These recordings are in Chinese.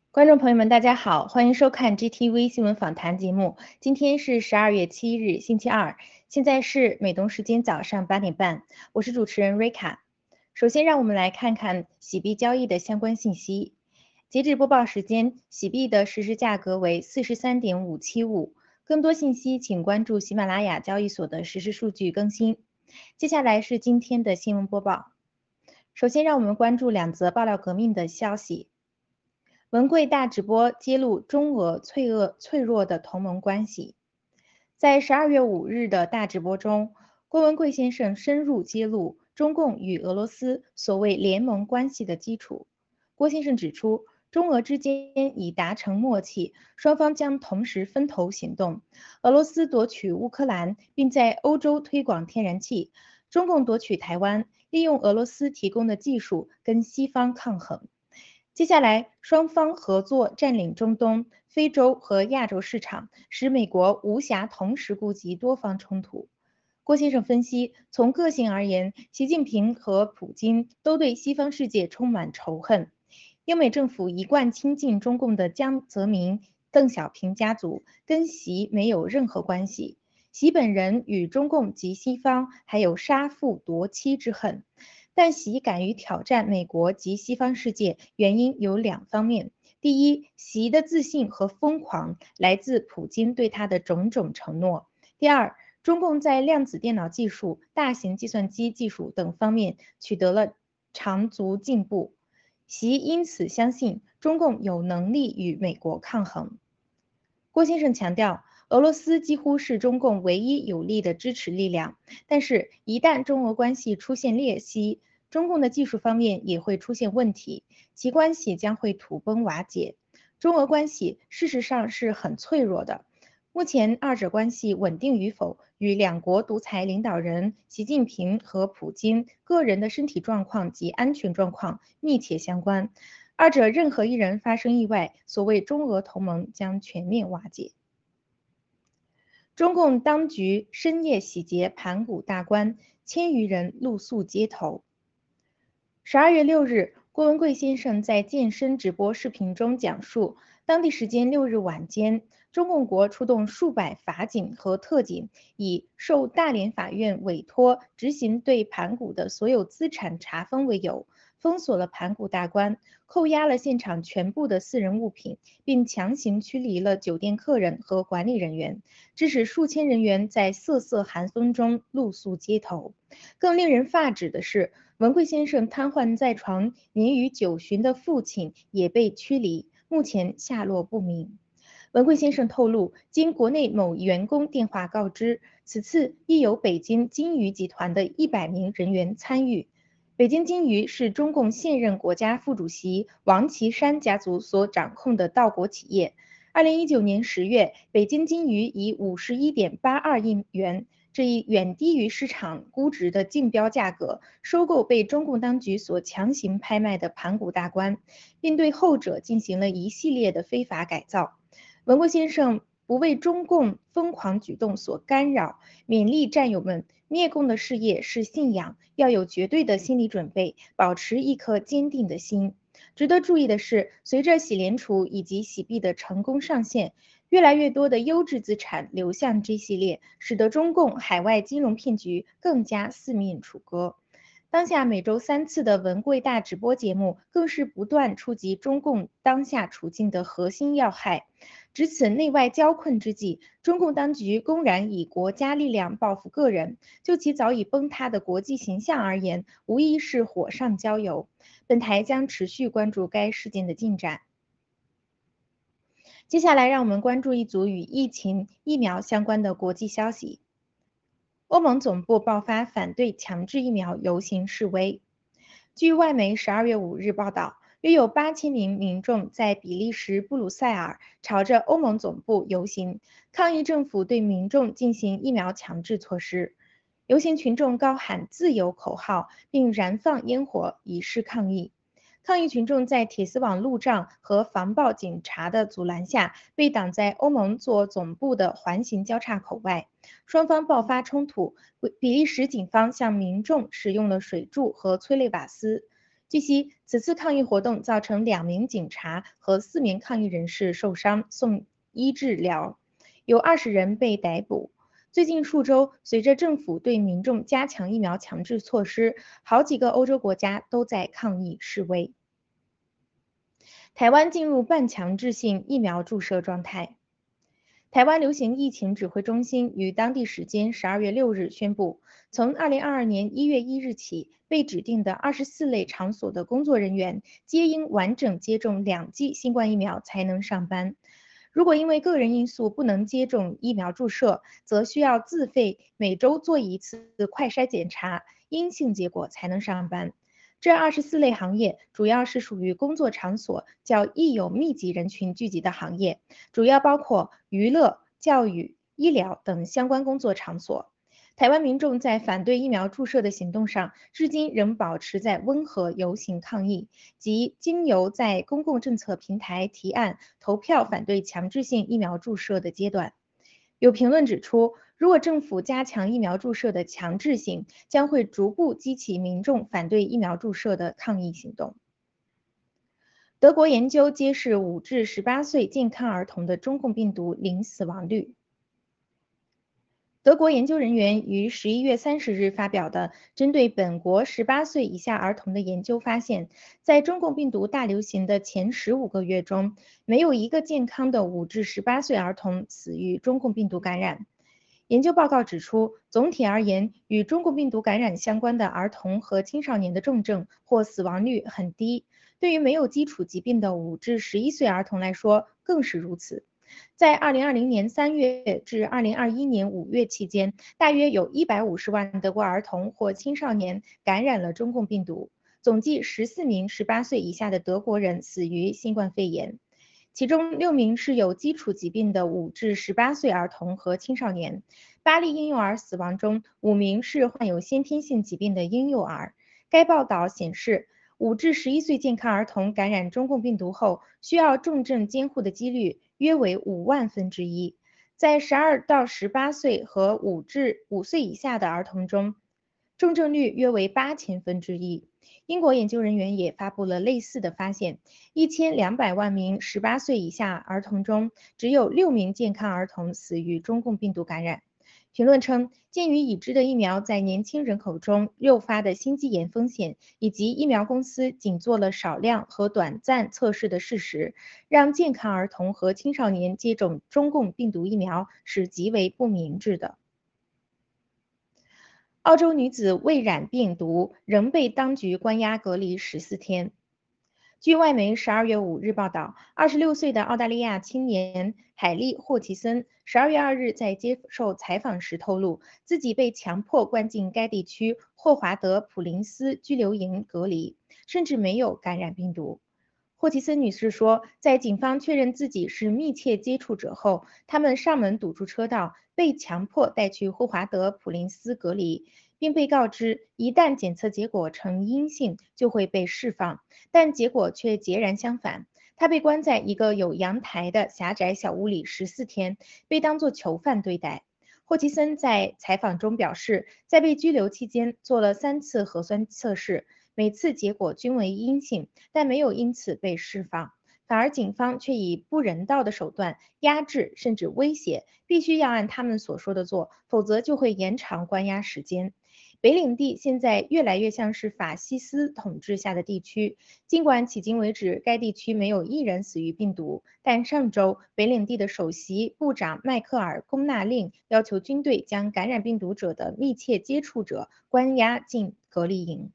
观众朋友们，大家好，欢迎收看 GTV 新闻访谈节目。今天是12月7日，星期二，现在是美东时间早上8点半，我是主持人瑞卡。首先，让我们来看看洗币交易的相关信息。截至播报时间，洗币的实时价格为43.575。更多信息请关注喜马拉雅交易所的实时数据更新。接下来是今天的新闻播报。首先，让我们关注两则爆料革命的消息。文贵大直播揭露中俄脆弱的同盟关系。在12月5日的大直播中，郭文贵先生深入揭露中共与俄罗斯所谓联盟关系的基础。郭先生指出，中俄之间已达成默契，双方将同时分头行动。俄罗斯夺取乌克兰，并在欧洲推广天然气；中共夺取台湾，利用俄罗斯提供的技术跟西方抗衡。接下来，双方合作占领中东、非洲和亚洲市场，使美国无暇同时顾及多方冲突。郭先生分析，从个性而言，习近平和普京都对西方世界充满仇恨。英美政府一贯亲近中共的江泽民、邓小平家族，跟习没有任何关系。习本人与中共及西方还有杀父夺妻之恨。但习敢于挑战美国及西方世界，原因有两方面。第一，习的自信和疯狂来自普京对他的种种承诺。第二，中共在量子电脑技术、大型计算机技术等方面取得了长足进步。习因此相信中共有能力与美国抗衡。郭先生强调，俄罗斯几乎是中共唯一有力的支持力量，但是，一旦中俄关系出现裂隙，中共的技术方面也会出现问题，其关系将会土崩瓦解。中俄关系事实上是很脆弱的，目前二者关系稳定与否，与两国独裁领导人习近平和普京个人的身体状况及安全状况密切相关。二者任何一人发生意外，所谓中俄同盟将全面瓦解。中共当局深夜洗劫盘古大观，千余人露宿街头。12月6日，郭文贵先生在健身直播视频中讲述，当地时间6日晚间，中共国出动数百法警和特警，以受大连法院委托执行对盘古的所有资产查封为由，封锁了盘古大观，扣押了现场全部的私人物品，并强行驱离了酒店客人和管理人员，致使数千人员在瑟瑟寒风中露宿街头。更令人发指的是，文贵先生瘫痪在床、年逾90的父亲也被驱离，目前下落不明。文贵先生透露，经国内某员工电话告知，此次亦有北京金鱼集团的100名人员参与。北京金鱼是中共现任国家副主席王岐山家族所掌控的岛国企业。2019年10月，北京金鱼以51.82亿元。这一远低于市场估值的竞标价格收购被中共当局所强行拍卖的盘古大观，并对后者进行了一系列的非法改造。文贵先生不为中共疯狂举动所干扰，勉励战友们，灭共的事业是信仰，要有绝对的心理准备，保持一颗坚定的心。值得注意的是，随着洗联储以及洗币的成功上线，越来越多的优质资产流向 G 系列，使得中共海外金融骗局更加四面楚歌。当下每周3次的文贵大直播节目，更是不断触及中共当下处境的核心要害。值此内外交困之际，中共当局公然以国家力量报复个人，就其早已崩塌的国际形象而言，无疑是火上浇油。本台将持续关注该事件的进展。接下来，让我们关注一组与疫情疫苗相关的国际消息。欧盟总部爆发反对强制疫苗游行示威。据外媒12月5日报道，约有8000名民众在比利时布鲁塞尔朝着欧盟总部游行，抗议政府对民众进行疫苗强制措施。游行群众高喊自由口号，并燃放烟火以示抗议。抗议群众在铁丝网路障和防暴警察的阻拦下，被挡在欧盟做总部的环形交叉口外，双方爆发冲突。比利时警方向民众使用了水柱和催泪瓦斯。 据悉，此次抗议活动造成2名警察和4名抗议人士受伤，送医治疗，有20人被逮捕。最近数周，随着政府对民众加强疫苗强制措施，好几个欧洲国家都在抗议示威。台湾进入半强制性疫苗注射状态。台湾流行疫情指挥中心于当地时间12月6日宣布，从2022年1月1日起，被指定的24类场所的工作人员皆应完整接种2剂新冠疫苗才能上班。如果因为个人因素不能接种疫苗注射，则需要自费每周做一次快筛检查，阴性结果才能上班。这24类行业主要是属于工作场所较易有密集人群聚集的行业，主要包括娱乐、教育、医疗等相关工作场所。台湾民众在反对疫苗注射的行动上，至今仍保持在温和游行抗议，及经由在公共政策平台提案投票反对强制性疫苗注射的阶段。有评论指出，如果政府加强疫苗注射的强制性，将会逐步激起民众反对疫苗注射的抗议行动。德国研究揭示5至18岁健康儿童的中共病毒零死亡率。德国研究人员于11月30日发表的针对本国18岁以下儿童的研究发现，在中共病毒大流行的前15个月中，没有一个健康的5至18岁儿童死于中共病毒感染。研究报告指出，总体而言，与中共病毒感染相关的儿童和青少年的重症或死亡率很低，对于没有基础疾病的5至11岁儿童来说更是如此。在2020年3月至2021年5月期间，大约有150万德国儿童或青少年感染了中共病毒，总计14名18岁以下的德国人死于新冠肺炎，其中6名是有基础疾病的5至18岁儿童和青少年。8例婴幼儿死亡中，5名是患有先天性疾病的婴幼儿。该报道显示，5至11岁健康儿童感染中共病毒后，需要重症监护的几率约为5万分之一。在12到18岁和5至5岁以下的儿童中，重症率约为8000分之一。英国研究人员也发布了类似的发现，1200万名18岁以下儿童中，只有6名健康儿童死于中共病毒感染。评论称，鉴于已知的疫苗在年轻人口中诱发的心肌炎风险，以及疫苗公司仅做了少量和短暂测试的事实，让健康儿童和青少年接种中共病毒疫苗是极为不明智的。澳洲女子未染病毒，仍被当局关押隔离14天。据外媒12月5日报道，26岁的澳大利亚青年海莉·霍奇森12月2日在接受采访时透露，自己被强迫关进该地区霍华德普林斯拘留营隔离，甚至没有感染病毒。霍奇森女士说，在警方确认自己是密切接触者后，他们上门堵住车道，被强迫带去霍华德普林斯隔离，并被告知一旦检测结果呈阴性就会被释放，但结果却截然相反。他被关在一个有阳台的狭窄小屋里14天，被当作囚犯对待。霍奇森在采访中表示，在被拘留期间做了3次核酸测试，每次结果均为阴性，但没有因此被释放。反而警方却以不人道的手段压制甚至威胁，必须要按他们所说的做，否则就会延长关押时间。北领地现在越来越像是法西斯统治下的地区，尽管迄今为止该地区没有1人死于病毒，但上周北领地的首席部长迈克尔·公纳令要求军队将感染病毒者的密切接触者关押进隔离营。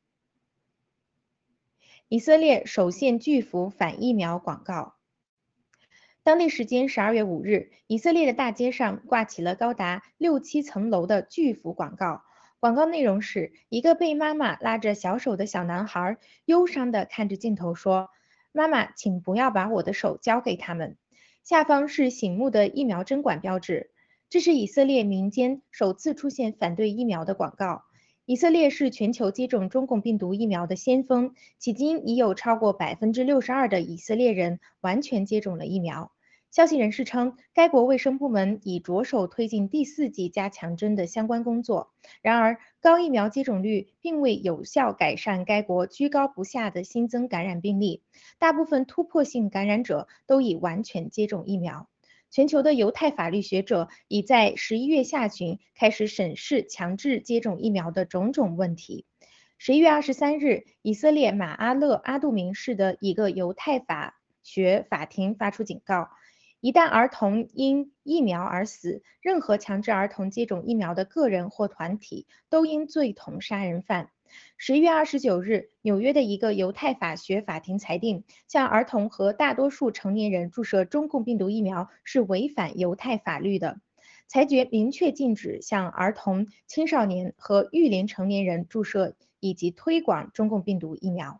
以色列首现巨幅反疫苗广告。当地时间12月5日，以色列的大街上挂起了高达6、7层楼的巨幅广告。广告内容是一个被妈妈拉着小手的小男孩，忧伤地看着镜头说：“妈妈，请不要把我的手交给他们。”下方是醒目的疫苗针管标志。这是以色列民间首次出现反对疫苗的广告。以色列是全球接种中共病毒疫苗的先锋，迄今已有超过62%的以色列人完全接种了疫苗。 消息人士称，该国卫生部门已着手推进第4剂加强针的相关工作。然而，高疫苗接种率并未有效改善该国居高不下的新增感染病例，大部分突破性感染者都已完全接种疫苗。全球的犹太法律学者已在11月下旬开始审视强制接种疫苗的种种问题。11月23日，以色列马阿勒阿杜明市的一个犹太法学法庭发出警告，一旦儿童因疫苗而死，任何强制儿童接种疫苗的个人或团体都应罪同杀人犯。11月29日，纽约的一个犹太法学法庭裁定，向儿童和大多数成年人注射中共病毒疫苗是违反犹太法律的。裁决明确禁止向儿童、青少年和育龄成年人注射以及推广中共病毒疫苗。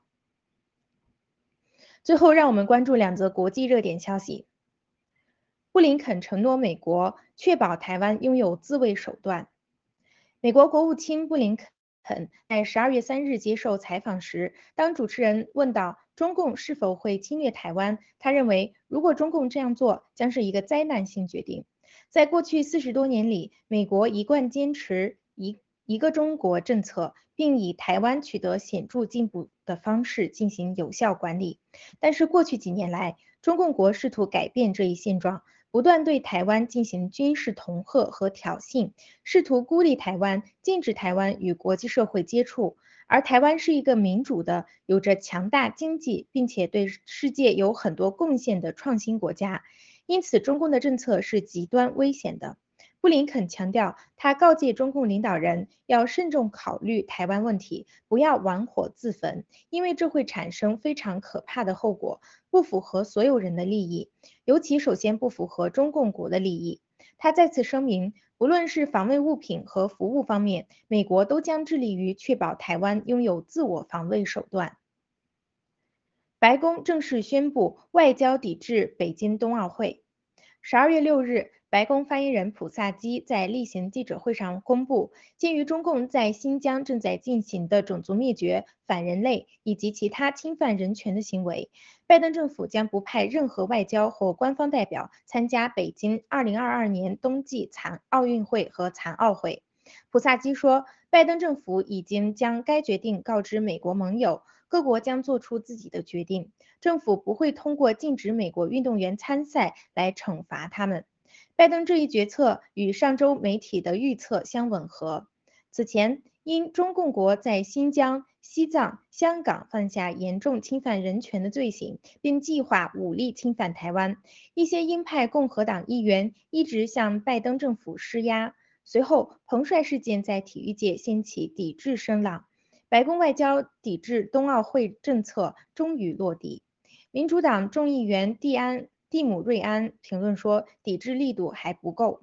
最后，让我们关注2则国际热点消息。布林肯承诺美国确保台湾拥有自卫手段。美国国务卿布林肯在12月3日接受采访时，当主持人问到中共是否会侵略台湾，他认为如果中共这样做，将是一个灾难性决定。在过去40多年里，美国一贯坚持一个中国政策，并以台湾取得显著进步的方式进行有效管理。但是过去几年来，中共国试图改变这一现状，不断对台湾进行军事恫吓和挑衅，试图孤立台湾，禁止台湾与国际社会接触。而台湾是一个民主的、有着强大经济，并且对世界有很多贡献的创新国家，因此中共的政策是极端危险的。布林肯强调，他告诫中共领导人要慎重考虑台湾问题，不要玩火自焚，因为这会产生非常可怕的后果，不符合所有人的利益，尤其首先不符合中共国的利益。他再次声明，不论是防卫物品和服务方面，美国都将致力于确保台湾拥有自我防卫手段。白宫正式宣布外交抵制北京冬奥会。12月6日，白宫发言人普萨基在例行记者会上公布，鉴于中共在新疆正在进行的种族灭绝、反人类以及其他侵犯人权的行为，拜登政府将不派任何外交或官方代表参加北京2022年冬季残奥运会和残奥会。普萨基说，拜登政府已经将该决定告知美国盟友，各国将做出自己的决定。政府不会通过禁止美国运动员参赛来惩罚他们。拜登这一决策与上周媒体的预测相吻合。此前，因中共国在新疆、西藏、香港犯下严重侵犯人权的罪行，并计划武力侵犯台湾，一些鹰派共和党议员一直向拜登政府施压。随后，彭帅事件在体育界掀起抵制声浪，白宫外交抵制冬奥会政策终于落地。民主党众议员蒂姆·瑞安评论说，抵制力度还不够。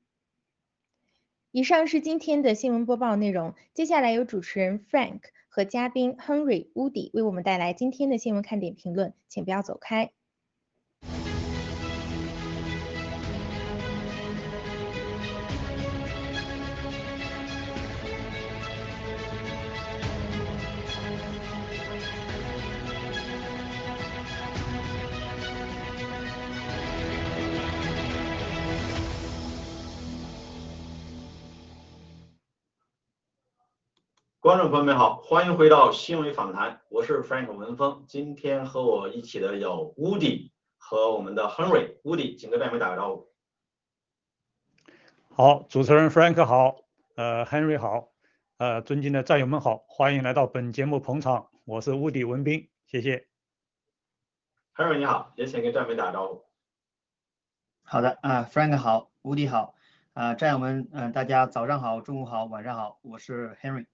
以上是今天的新闻播报内容，接下来由主持人 Frank 和嘉宾 Henry Woody 为我们带来今天的新闻看点评论，请不要走开。 观众朋友们好，欢迎回到新闻访谈，我是 Frank 文峰。今天和我一起的有 Woody 和我们的 Henry。Woody， 请跟大家打个招呼。 好，主持人 Frank 好，Henry 好，尊敬的战友们好，欢迎来到本节目捧场，我是 Woody 文斌，谢谢。 Henry 你好，也请跟战友们打个招呼。 好的，Frank 好 ，Woody 好，战友们，大家早上好，中午好，晚上好，我是 Henry。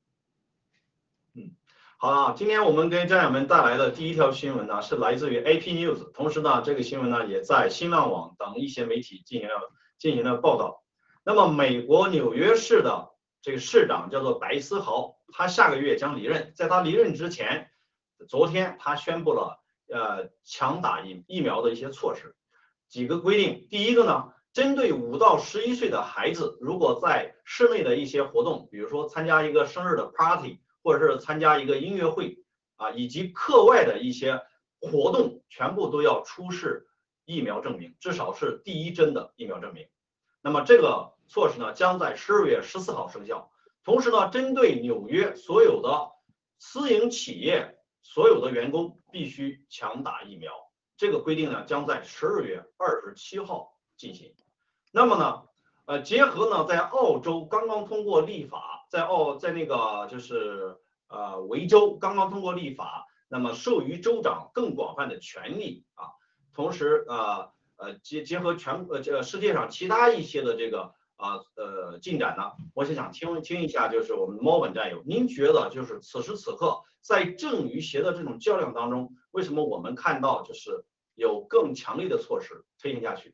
好了，今天我们给战友们带来的第一条新闻呢，是来自于 AP News， 同时呢，这个新闻呢也在新浪网等一些媒体进行了报道。那么，美国纽约市的这个市长叫做白思豪，他下个月将离任，在他离任之前，昨天他宣布了强打疫苗的一些措施，几个规定。第一个呢，针对5到11岁的孩子，如果在室内的一些活动，比如说参加一个生日的 party，或者是参加一个音乐会以及课外的一些活动，全部都要出示疫苗证明，至少是第一针的疫苗证明。那么这个措施呢，将在12月14号生效。同时呢，针对纽约所有的私营企业，所有的员工必须强打疫苗。这个规定呢，将在12月27号进行。那么呢，结合呢，在澳洲刚刚通过立法，在那个就是维州刚刚通过立法，那么授予州长更广泛的权利啊。同时结合世界上其他一些的这个进展呢，我想听一下，就是我们猫本战友，您觉得就是此时此刻在正与邪的这种较量当中，为什么我们看到就是有更强力的措施推行下去？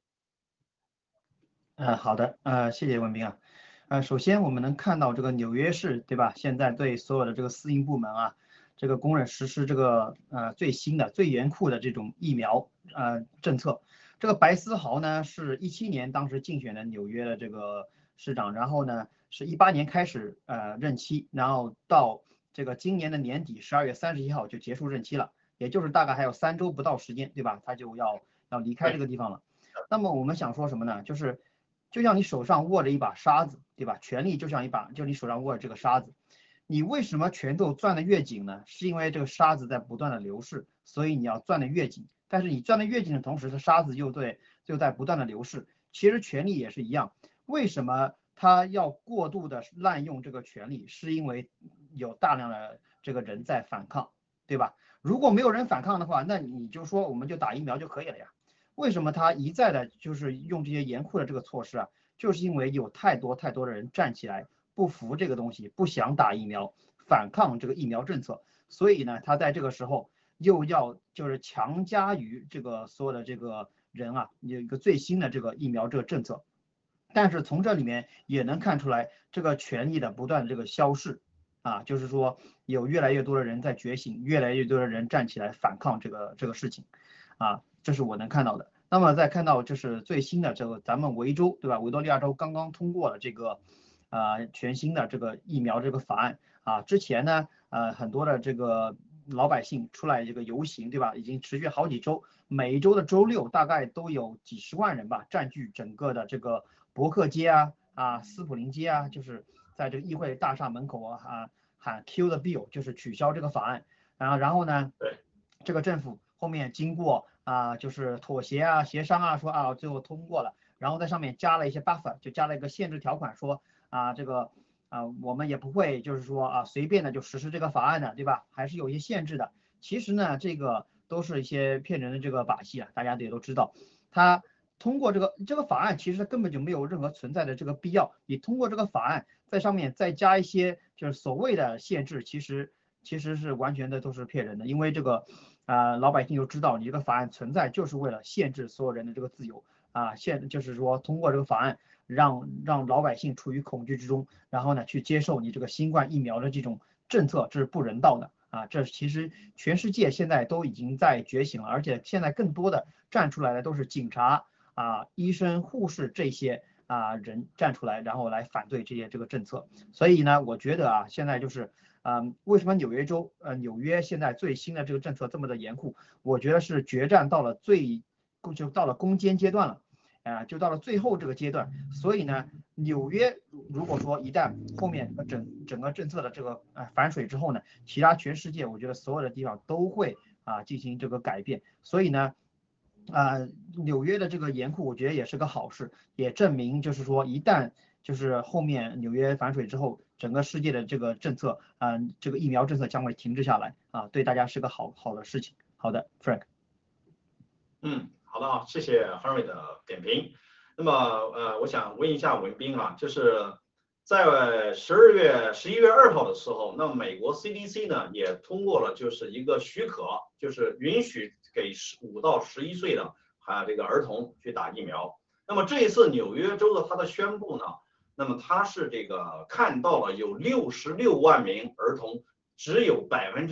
好的，谢谢文斌啊。首先我们能看到这个纽约市，对吧？现在对所有的这个私营部门啊，这个公认实施这个最新的、最严酷的这种疫苗政策。这个白思豪呢是17年当时竞选的纽约的这个市长，然后呢是18年开始任期，然后到这个今年的年底12月31号就结束任期了，也就是大概还有3周不到时间，对吧？他就要离开这个地方了。那么我们想说什么呢？就像你手上握着一把沙子，对吧？权力就像就你手上握着这个沙子，你为什么拳头攥得越紧呢？是因为这个沙子在不断的流逝，所以你要攥得越紧。但是你攥得越紧的同时，这沙子又在不断的流逝。其实权力也是一样，为什么他要过度的滥用这个权力？是因为有大量的这个人在反抗，对吧？如果没有人反抗的话，那你就说我们就打疫苗就可以了呀。为什么他一再的就是用这些严酷的这个措施啊？就是因为有太多的人站起来不服这个东西，不想打疫苗，反抗这个疫苗政策，所以呢，他在这个时候又要就是强加于这个所有的这个人啊，有一个最新的这个疫苗这个政策。但是从这里面也能看出来这个权力的不断的这个消逝啊，就是说有越来越多的人在觉醒，越来越多的人站起来反抗这个事情啊。这是我能看到的。那么再看到就是最新的这个咱们维州，对吧？维多利亚州刚刚通过了这个全新的这个疫苗这个法案啊。之前呢很多的这个老百姓出来这个游行，对吧？已经持续好几周，每一周的周六大概都有几十万人吧，占据整个的这个伯克街斯普林街啊，就是在这个议会大厦门口喊 Kill the bill， 就是取消这个法案。然后呢，这个政府后面经过就是妥协协商说最后通过了，然后在上面加了一些 buffer， 就加了一个限制条款，说这个我们也不会就是说随便的就实施这个法案的，对吧？还是有一些限制的。其实呢，这个都是一些骗人的这个把戏大家也都知道。他通过这个法案，其实根本就没有任何存在的这个必要。你通过这个法案，在上面再加一些就是所谓的限制，其实是完全的都是骗人的，因为这个老百姓就知道你这个法案存在就是为了限制所有人的这个自由就是说通过这个法案让老百姓处于恐惧之中，然后呢去接受你这个新冠疫苗的这种政策，这是不人道的这其实全世界现在都已经在觉醒了，而且现在更多的站出来的都是警察医生、护士这些人站出来，然后来反对这个政策。所以呢，我觉得现在就是为什么纽约现在最新的这个政策这么的严酷？我觉得是决战到了就到了攻坚阶段了就到了最后这个阶段。所以呢，纽约如果说一旦后面整个政策的这个反水之后呢，其他全世界我觉得所有的地方都会进行这个改变。所以呢纽约的这个严酷我觉得也是个好事，也证明就是说一旦就是后面纽约反水之后，整个世界的这个政策这个疫苗政策将会停滞下来对大家是个好的事情。好的 Frank。 好的谢谢 Henry 的点评。那么我想问一下文斌就是在11月2号的时候，那美国 CDC 呢也通过了就是一个许可，就是允许给5到11岁的这个儿童去打疫苗。那么这一次纽约州的它的宣布呢，那么它是这个看到了有66万名儿童只有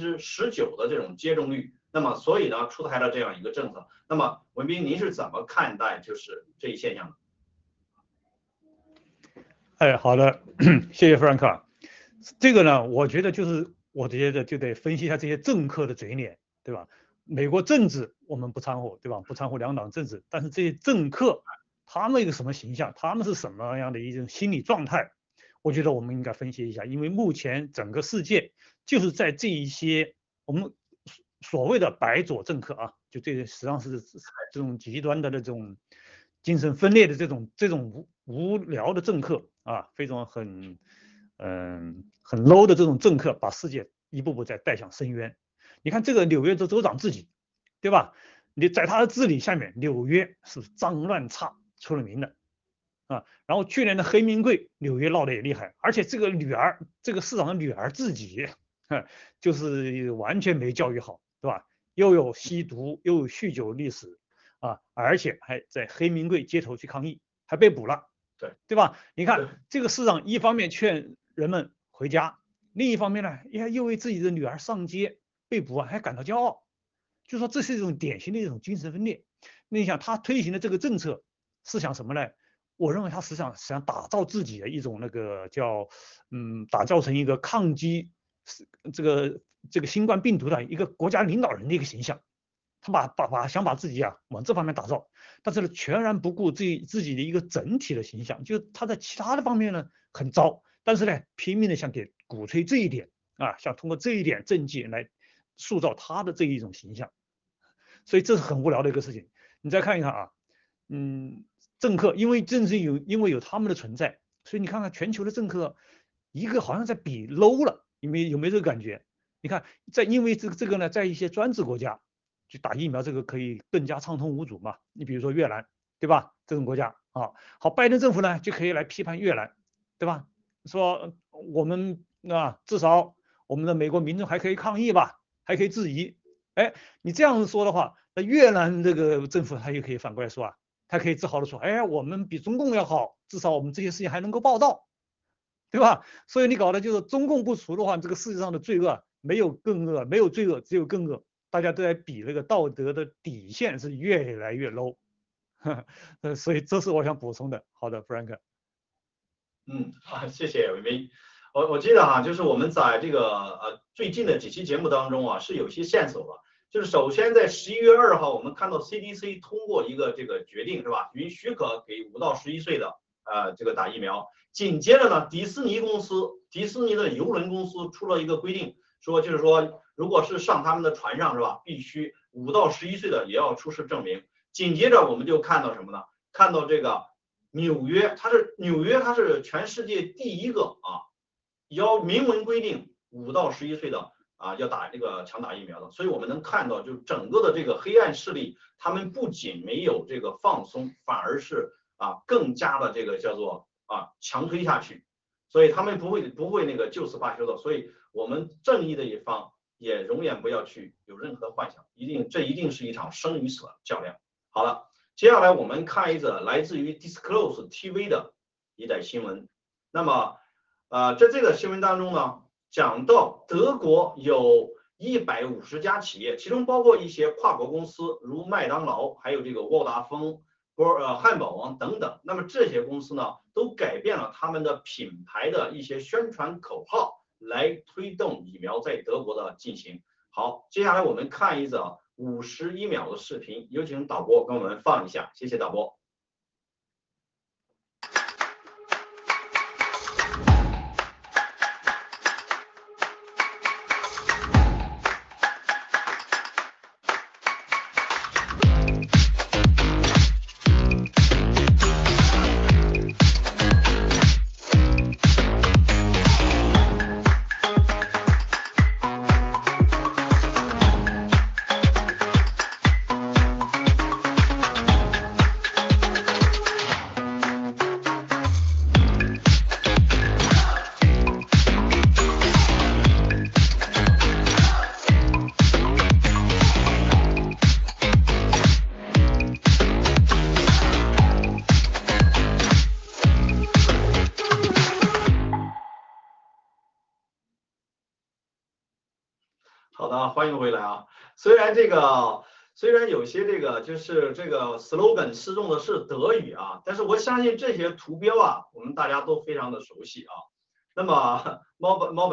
19%的这种接种率，那么所以呢出台了这样一个政策。那么文斌您是怎么看待就是这一现象的？ 好的，谢谢 Frank。这个呢，我觉得就得分析一下这些政客的嘴脸，对吧？ 美国政治我们不掺和，对吧？不掺和两党政治，但是这些政客他们一个什么形象，他们是什么样的一种心理状态，我觉得我们应该分析一下，因为目前整个世界就是在这一些我们所谓的白左政客啊，就这实际上是这种极端的那种精神分裂的这种无聊的政客啊，非常很 low 的这种政客，把世界一步步在带向深渊。你看这个纽约州州长自己，对吧？你在他的治理下面，纽约是脏乱差出了名的啊。然后去年的黑名贵，纽约闹得也厉害，而且这个市长的女儿自己，就是完全没教育好，对吧？又有吸毒，又有酗酒历史啊，而且还在黑名贵街头去抗议，还被捕了，对吧？你看这个市长一方面劝人们回家，另一方面呢，又为自己的女儿上街被捕还感到骄傲，就说这是一种典型的一种精神分裂。那你想他推行的这个政策是想什么呢？我认为他实际上想打造自己的一种那个叫打造成一个抗击这个新冠病毒的一个国家领导人的一个形象，他想把自己往这方面打造，但是呢全然不顾自己的一个整体的形象，就他在其他的方面呢很糟，但是呢拼命的想鼓吹这一点啊，想通过这一点政绩来塑造他的这一种形象，所以这是很无聊的一个事情。你再看一看啊，政客因为正是因为有他们的存在，所以你看看全球的政客，一个好像在比 low 了，有没有这个感觉？你看，因为这个呢，在一些专制国家，就打疫苗这个可以更加畅通无阻嘛。你比如说越南，对吧？这种国家啊，好，拜登政府呢就可以来批判越南，对吧？说我们至少我们的美国民众还可以抗议吧，还可以质疑。哎，你这样说的话，那越南这个政府他也可以反过来说他可以自豪的说，哎，我们比中共要好，至少我们这些事情还能够报道，对吧？所以你搞的就是中共不除的话，这个世界上的罪恶没有更恶，没有罪恶只有更恶，大家都在比那个道德的底线是越来越 low， 所以这是我想补充的。好的 ，Frank。 好，谢谢伟斌。我记得就是我们在这个最近的几期节目当中是有些线索的。就是首先在11月2号，我们看到 CDC 通过一个这个决定是吧，许可给5到11岁的这个打疫苗。紧接着呢，迪士尼的邮轮公司出了一个规定，就是说如果是上他们的船上是吧，必须5到11岁的也要出示证明。紧接着我们就看到什么呢？看到这个纽约，它是全世界第一个要明文规定5到11岁的要打这个强打疫苗的。所以我们能看到，就整个的这个黑暗势力，他们不仅没有这个放松，反而是更加的这个叫做强推下去。所以他们不会那个就此罢休的。所以我们正义的一方也永远不要去有任何的幻想，这一定是一场生与死的较量。好了，接下来我们看一则来自于 Disclose TV 的一则新闻。那么在这个新闻当中呢，讲到德国有150家企业，其中包括一些跨国公司，如麦当劳，还有这个沃达丰、汉堡王等等。那么这些公司呢，都改变了他们的品牌的一些宣传口号，来推动疫苗在德国的进行。好，接下来我们看一则51秒的视频，有请导播跟我们放一下，谢谢导播。好的，欢迎回来啊！虽然有些就是这个 slogan 是用的是德语但是我相信这些图标我们大家都非常的熟悉那么猫本，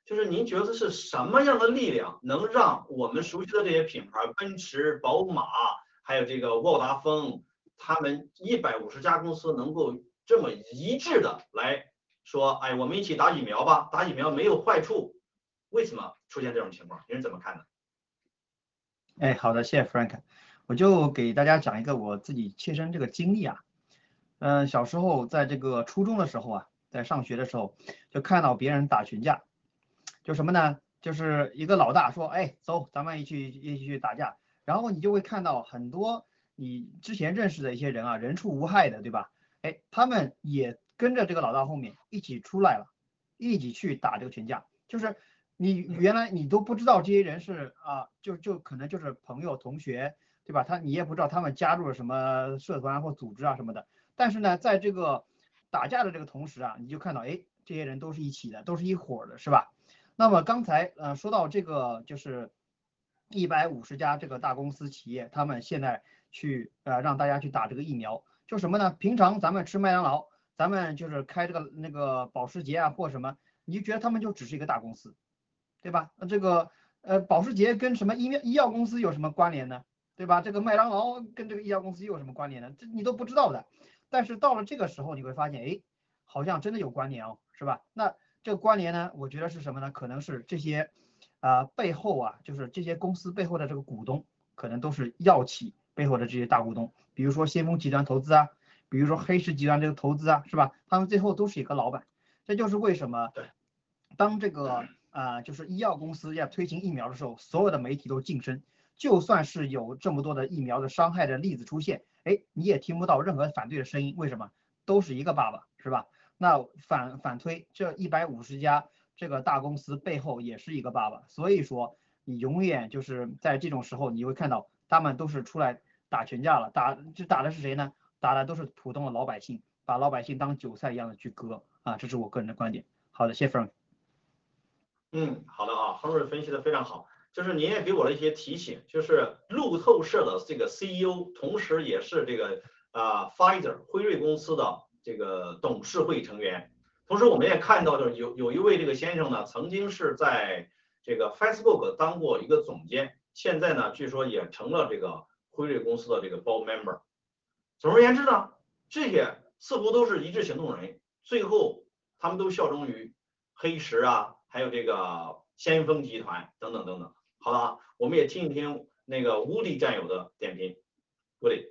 就是您觉得是什么样的力量能让我们熟悉的这些品牌，奔驰、宝马，还有这个沃达丰，他们150家公司能够这么一致的来说，哎，我们一起打疫苗吧，打疫苗没有坏处，为什么出现这种情况？您是怎么看的？ 哎，好的，谢谢 Frank，我就给大家讲一个我自己切身这个经历啊。小时候在这个初中的时候啊，在上学的时候，就看到别人打群架，就什么呢？就是一个老大说，哎，走，咱们一起去打架，然后你就会看到很多你之前认识的一些人啊，人畜无害的，对吧？哎，他们也跟着这个老大后面一起出来了，一起去打这个群架，就是你原来你都不知道这些人是啊，就可能就是朋友同学，对吧？你也不知道他们加入了什么社团或组织啊什么的。但是呢，在这个打架的这个同时啊，你就看到，哎，这些人都是一起的，都是一伙的，是吧？那么刚才说到这个，就是150家这个大公司企业，他们现在去让大家去打这个疫苗，就什么呢？平常咱们吃麦当劳，咱们就是开这个那个保时捷啊或什么，你就觉得他们就只是一个大公司，对吧？这个保时捷跟什么医药公司有什么关联呢？对吧？这个麦当劳跟这个医药公司有什么关联呢？这你都不知道的。但是到了这个时候，你会发现，哎，好像真的有关联哦，是吧？那这个关联呢，我觉得是什么呢？可能是这些背后啊，就是这些公司背后的这个股东，可能都是药企背后的这些大股东，比如说先锋集团投资啊，比如说黑石集团这个投资啊，是吧？他们最后都是一个老板。这就是为什么当这个就是医药公司要推行疫苗的时候，所有的媒体都晋升，就算是有这么多的疫苗的伤害的例子出现，哎，你也听不到任何反对的声音，为什么？都是一个爸爸，是吧？那反推这150家这个大公司背后也是一个爸爸，所以说你永远就是在这种时候，你会看到他们都是出来打群架了，打的是谁呢？打的都是普通的老百姓，把老百姓当韭菜一样的去割啊，这是我个人的观点。好的，谢谢 Frank。 好的啊，亨瑞分析的非常好，就是您也给我了一些提醒，就是路透社的这个 CEO，同时也是这个Pfizer 辉瑞公司的这个董事会成员，同时我们也看到，就是有一位这个先生呢，曾经是在这个 Facebook 当过一个总监，现在呢，据说也成了这个辉瑞公司的这个 board member。总而言之呢，这些似乎都是一致行动人，最后他们都效忠于黑石啊，还有这个先锋集团等等等等。好了啊，我们也听一听那个Woody战友的点评。Woody，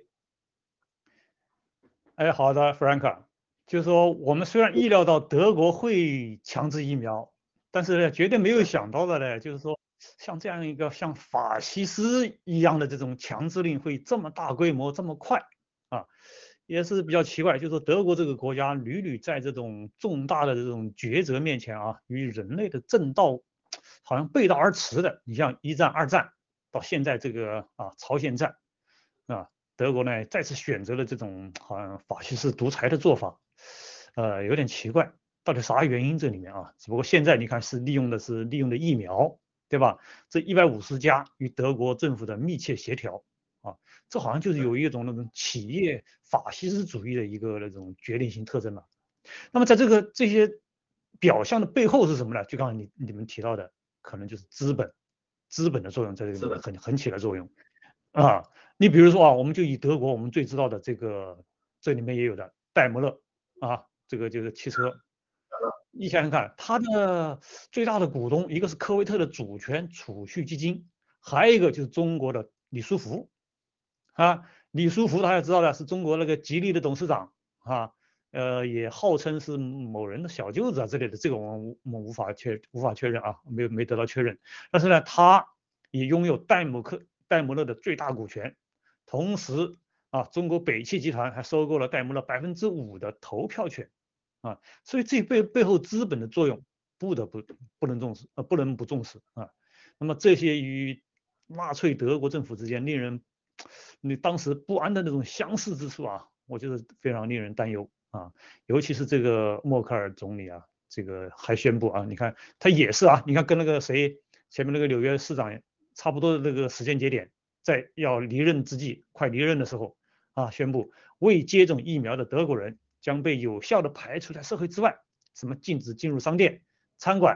哎，好的 ，Frank，就是说我们虽然意料到德国会强制疫苗，但是呢，绝对没有想到的呢，就是说像这样一个像法西斯一样的这种强制令会这么大规模这么快啊，也是比较奇怪。就是说德国这个国家屡屡在这种重大的这种抉择面前啊，与人类的正道好像背道而驰的。你像1战、2战到现在这个朝鲜战啊。德国呢再次选择了这种好像法西斯独裁的做法，有点奇怪，到底啥原因这里面啊？只不过现在你看是利用的疫苗，对吧？这150家与德国政府的密切协调啊，这好像就是有一种那种企业法西斯主义的一个那种决定性特征了。那么在这些表象的背后是什么呢？就刚才你们提到的，可能就是资本的作用在这里面很起了作用啊。你比如说啊，我们就以德国我们最知道的这里面也有的戴姆勒啊，这个就是汽车，你想想看，它的最大的股东一个是科威特的主权储蓄基金，还有一个就是中国的李书福啊，李书福大家知道的是中国那个吉利的董事长啊，也号称是某人的小舅子啊之类的，这个我们无法确认啊，没得到确认，但是呢，他也拥有戴姆勒的最大股权。同时中国北汽集团还收购了戴姆勒5%的投票权啊，所以这背后资本的作用不能重视，不能不重视啊。那么这些与纳粹德国政府之间令人当时不安的那种相似之处啊，我觉得非常令人担忧啊。尤其是这个默克尔总理啊，这个还宣布啊，你看他也是啊，你看跟那个谁前面那个纽约市长差不多的那个时间节点。在要离任之际，快离任的时候宣布未接种疫苗的德国人将被有效的排除在社会之外，什么禁止进入商店、餐馆、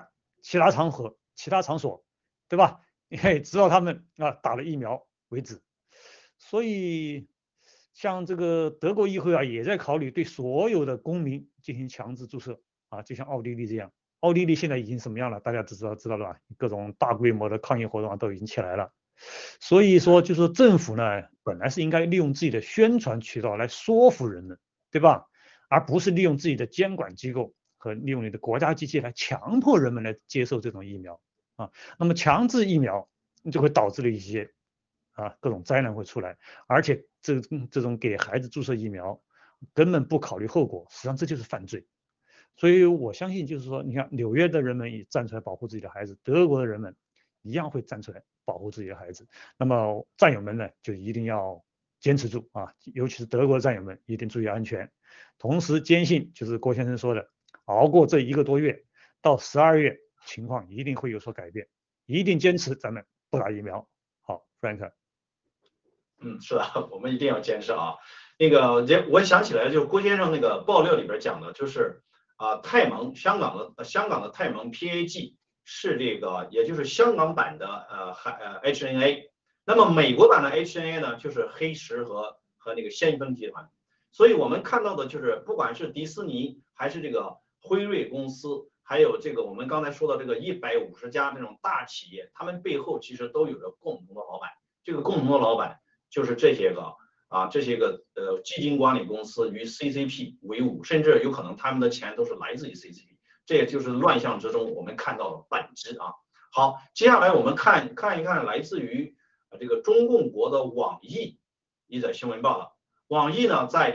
其他场合、其他场所，对吧？直到他们打了疫苗为止。所以，像这个德国议会啊，也在考虑对所有的公民进行强制注射啊，就像奥地利这样。奥地利现在已经什么样了？大家知道了吧？各种大规模的抗议活动都已经起来了。所以说，就说政府呢，本来是应该利用自己的宣传渠道来说服人们，对吧？而不是利用自己的监管机构和利用你的国家机器来强迫人们来接受这种疫苗啊。那么强制疫苗就会导致了一些各种灾难会出来，而且这种给孩子注射疫苗根本不考虑后果，实际上这就是犯罪。所以我相信，就是说，你看纽约的人们也站出来保护自己的孩子，德国的人们一样会站出来保护自己的孩子。那么战友们呢，就一定要坚持住啊，尤其是德国的战友们一定注意安全。同时坚信，就是郭先生说的，熬过这1个多月，到12月情况一定会有所改变，一定坚持咱们不打疫苗。好 ，Frank。 是的，我们一定要坚持啊。那个我想起来，就是郭先生那个爆料里边讲的，就是泰蒙香港的泰蒙 PAG 是这个，也就是香港版的HNA。那么美国版的 HNA 呢，就是黑石和那个先锋集团。所以我们看到的就是，不管是迪士尼还是这个辉瑞公司，还有这个我们刚才说的这个150家那种大企业，他们背后其实都有着共同的老板。这个共同的老板就是这些个基金管理公司与 CCP 为伍，甚至有可能他们的钱都是来自于 CCP， 这也就是乱象之中我们看到的本质啊。好，接下来我们看一看来自于这个中共国的网易一则新闻报道。网易呢，在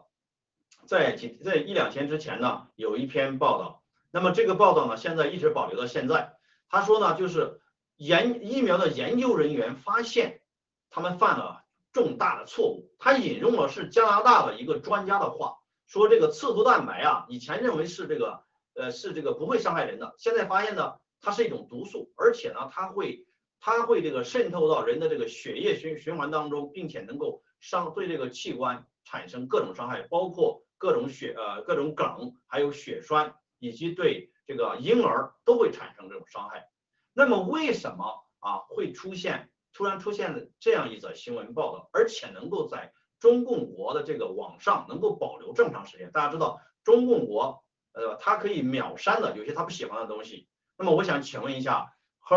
1-2天之前呢，有一篇报道，那么这个报道呢，现在一直保留到现在。他说呢，就是疫苗的研究人员发现他们犯了重大的错误。他引用了是加拿大的一个专家的话，说这个刺突蛋白啊，以前认为是这个不会伤害人的，现在发现呢，它是一种毒素，而且呢，它会这个渗透到人的这个血液循环当中，并且能够对这个器官产生各种伤害，包括各种梗，还有血栓，以及对这个婴儿都会产生这种伤害。那么为什么会突然出现了这样一则新闻报道，而且能够在中共国的这个网上能够保留这么长时间？大家知道中共国它可以秒删的有些他不喜欢的东西。那么我想请问一下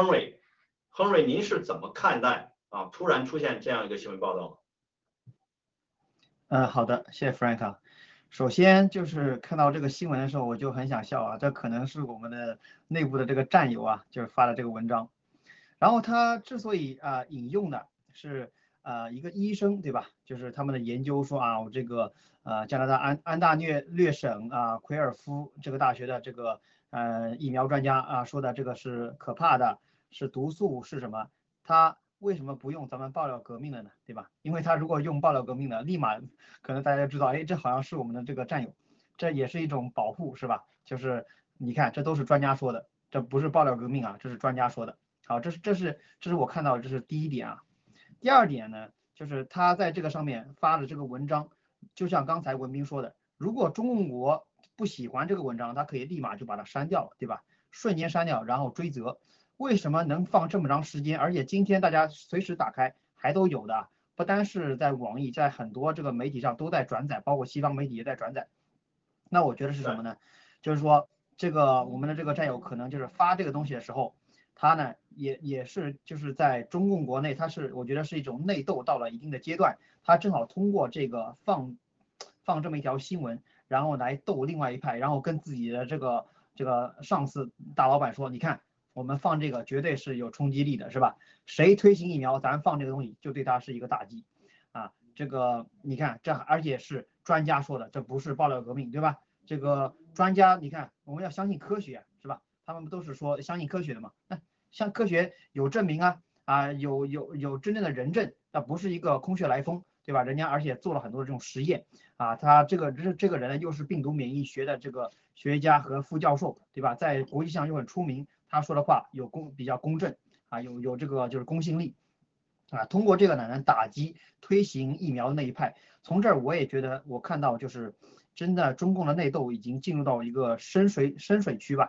Henry，您是怎么看待突然出现这样一个新闻报道的？好的，谢谢 Frank。首先就是看到这个新闻的时候，我就很想笑这可能是我们的内部的这个战友就是发的这个文章。然后他之所以引用的是一个医生，对吧？就是他们的研究说我这个加拿大安大略省奎尔夫这个大学的这个疫苗专家说的这个是可怕的，是毒素，是什么？他为什么不用咱们爆料革命的呢？对吧？因为他如果用爆料革命的，立马可能大家就知道，这好像是我们的这个战友，这也是一种保护，是吧？就是你看，这都是专家说的，这不是爆料革命这是专家说的。好，这是我看到的，这是第一点第二点呢，就是他在这个上面发的这个文章，就像刚才文斌说的，如果中共国不喜欢这个文章，他可以立马就把它删掉了，对吧？瞬间删掉，然后追责。为什么能放这么长时间？而且今天大家随时打开还都有的，不单是在网易，在很多这个媒体上都在转载，包括西方媒体也在转载。那我觉得是什么呢？就是说这个我们的这个战友可能就是发这个东西的时候，他呢也是就是在中共国内，我觉得是一种内斗到了一定的阶段，他正好通过这个放这么一条新闻，然后来斗另外一派，然后跟自己的这个上司大老板说，你看我们放这个绝对是有冲击力的，是吧？谁推行疫苗，咱放这个东西就对他是一个打击这个你看这而且是专家说的，这不是爆料革命，对吧？这个专家你看我们要相信科学，是吧？他们都是说相信科学的嘛，那像科学有证明有真正的人证，那不是一个空穴来风，对吧？人家而且做了很多这种实验他这个人呢又是病毒免疫学的这个学家和副教授，对吧？在国际上又很出名，他说的话比较公正有这个就是公信力通过这个呢能打击推行疫苗的那一派。从这儿我也觉得我看到就是真的中共的内斗已经进入到一个深水区吧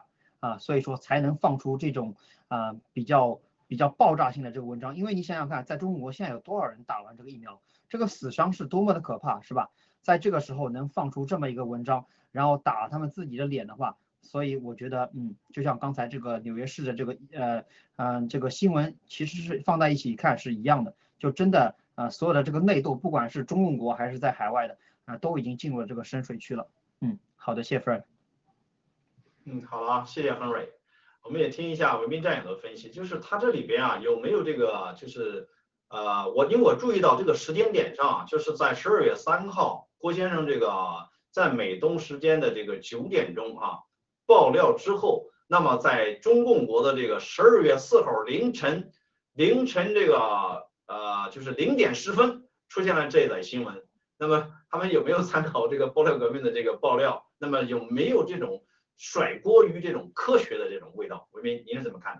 所以说才能放出这种比较爆炸性的这个文章。因为你想想看，在中国现在有多少人打完这个疫苗，这个死伤是多么的可怕，是吧？在这个时候能放出这么一个文章，然后打他们自己的脸的话，所以我觉得就像刚才这个纽约市的这个这个新闻，其实是放在一起看是一样的，就真的所有的这个内斗，不管是中共国还是在海外的都已经进入了这个深水区了。好的，谢谢 Frank。 好了，谢谢亨瑞。我们也听一下文斌战友的分析，就是他这里边有没有这个，就是因为我注意到这个时间点上，就是在12月3号，郭先生这个在美东时间的这个9点钟爆料之后，那么在中共国的这个12月4号凌晨这个就是0点10分出现了这则新闻。那么他们有没有参考这个爆料革命的这个爆料？那么有没有这种甩锅于这种科学的这种味道？文斌，您是怎么看的？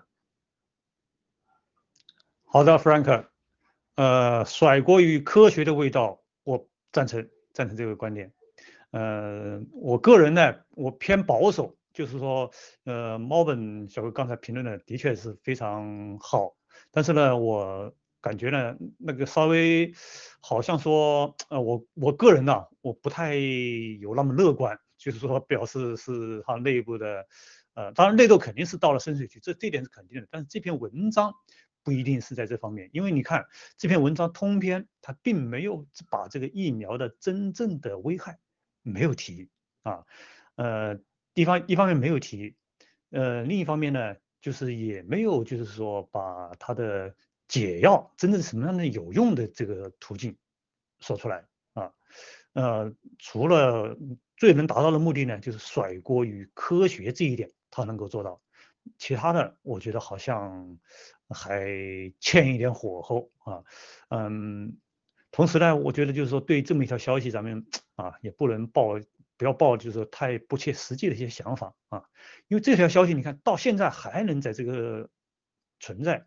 好的 ，Frank， 甩锅于科学的味道，我赞成这个观点。我个人呢，我偏保守，就是说，猫本小哥刚才评论的确是非常好，但是呢，我感觉呢，那个稍微好像说，我个人呢，我不太有那么乐观，就是说表示是他内部的，当然内斗肯定是到了深水区，这点是肯定的，但是这篇文章不一定是在这方面，因为你看这篇文章通篇，它并没有把这个疫苗的真正的危害没有提一方面没有提，另一方面呢，就是也没有就是说把它的解药真正什么样的有用的这个途径说出来除了最能达到的目的呢，就是甩锅于科学这一点，它能够做到。其他的我觉得好像还欠一点火候同时呢，我觉得就是说对这么一条消息，咱们也不要抱就是说太不切实际的一些想法因为这条消息你看到现在还能在这个存在，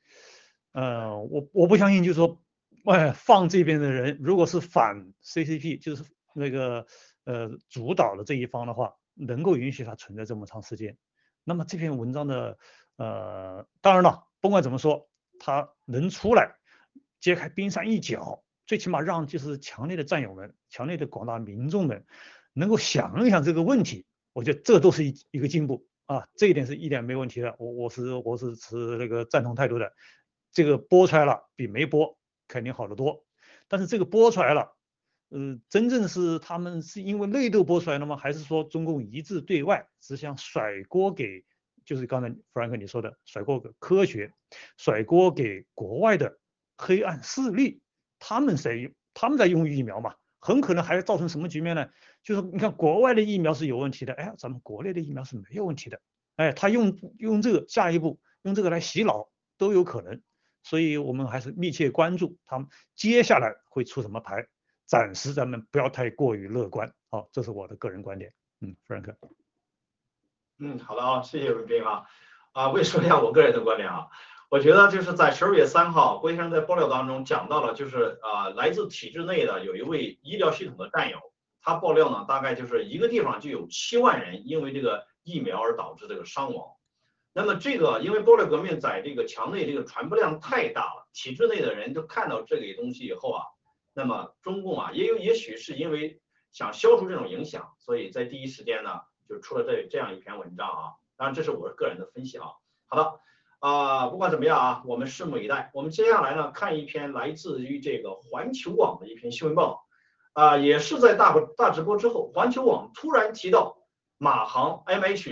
我不相信就是说，放这边的人如果是反 CCP， 就是那个主导的这一方的话，能够允许它存在这么长时间。那么这篇文章的当然了，甭管怎么说，它能出来揭开冰山一角，最起码让就是强烈的战友们、强烈的广大民众们能够想一想这个问题，我觉得这都是一个进步这一点是一点没问题的。我是持那个赞同态度的。这个播出来了比没播肯定好得多，但是这个播出来了，真正是他们是因为内斗播出来了吗？还是说中共一致对外，只想甩锅给，就是刚才 Frank 你说的，甩锅给科学，甩锅给国外的黑暗势力，他们在用疫苗嘛，很可能还造成什么局面呢？就是你看国外的疫苗是有问题的，咱们国内的疫苗是没有问题的，他用这个下一步用这个来洗脑都有可能。所以我们还是密切关注他们接下来会出什么牌，暂时咱们不要太过于乐观。好，这是我的个人观点。Frank。 好的谢谢文斌我也说一下我个人的观点我觉得就是在12月3号，郭先生在爆料当中讲到了，就是来自体制内的有一位医疗系统的战友，他爆料呢，大概就是一个地方就有7万人因为这个疫苗而导致这个伤亡。那么这个因为爆料革命在这个墙内这个传播量太大了，体制内的人都看到这个东西以后那么中共也许是因为想消除这种影响，所以在第一时间呢就出了这样一篇文章当然这是我个人的分析好的不管怎么样我们拭目以待。我们接下来呢看一篇来自于这个环球网的一篇新闻报道也是在大直播之后，环球网突然提到马航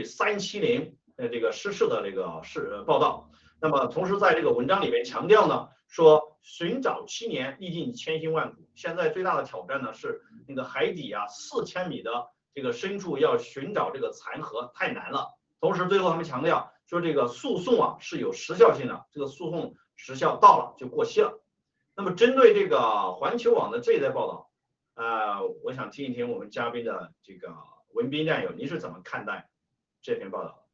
MH370这个失事的这个报道。那么同时在这个文章里面强调呢，说寻找7年历尽千辛万苦，现在最大的挑战呢是那个海底4000米的这个深处要寻找这个残骸太难了。同时最后他们强调说这个诉讼是有时效性的，这个诉讼时效到了就过期了。那么针对这个环球网的这一则报道我想听一听我们嘉宾的这个文斌战友，您是怎么看待这篇报道的？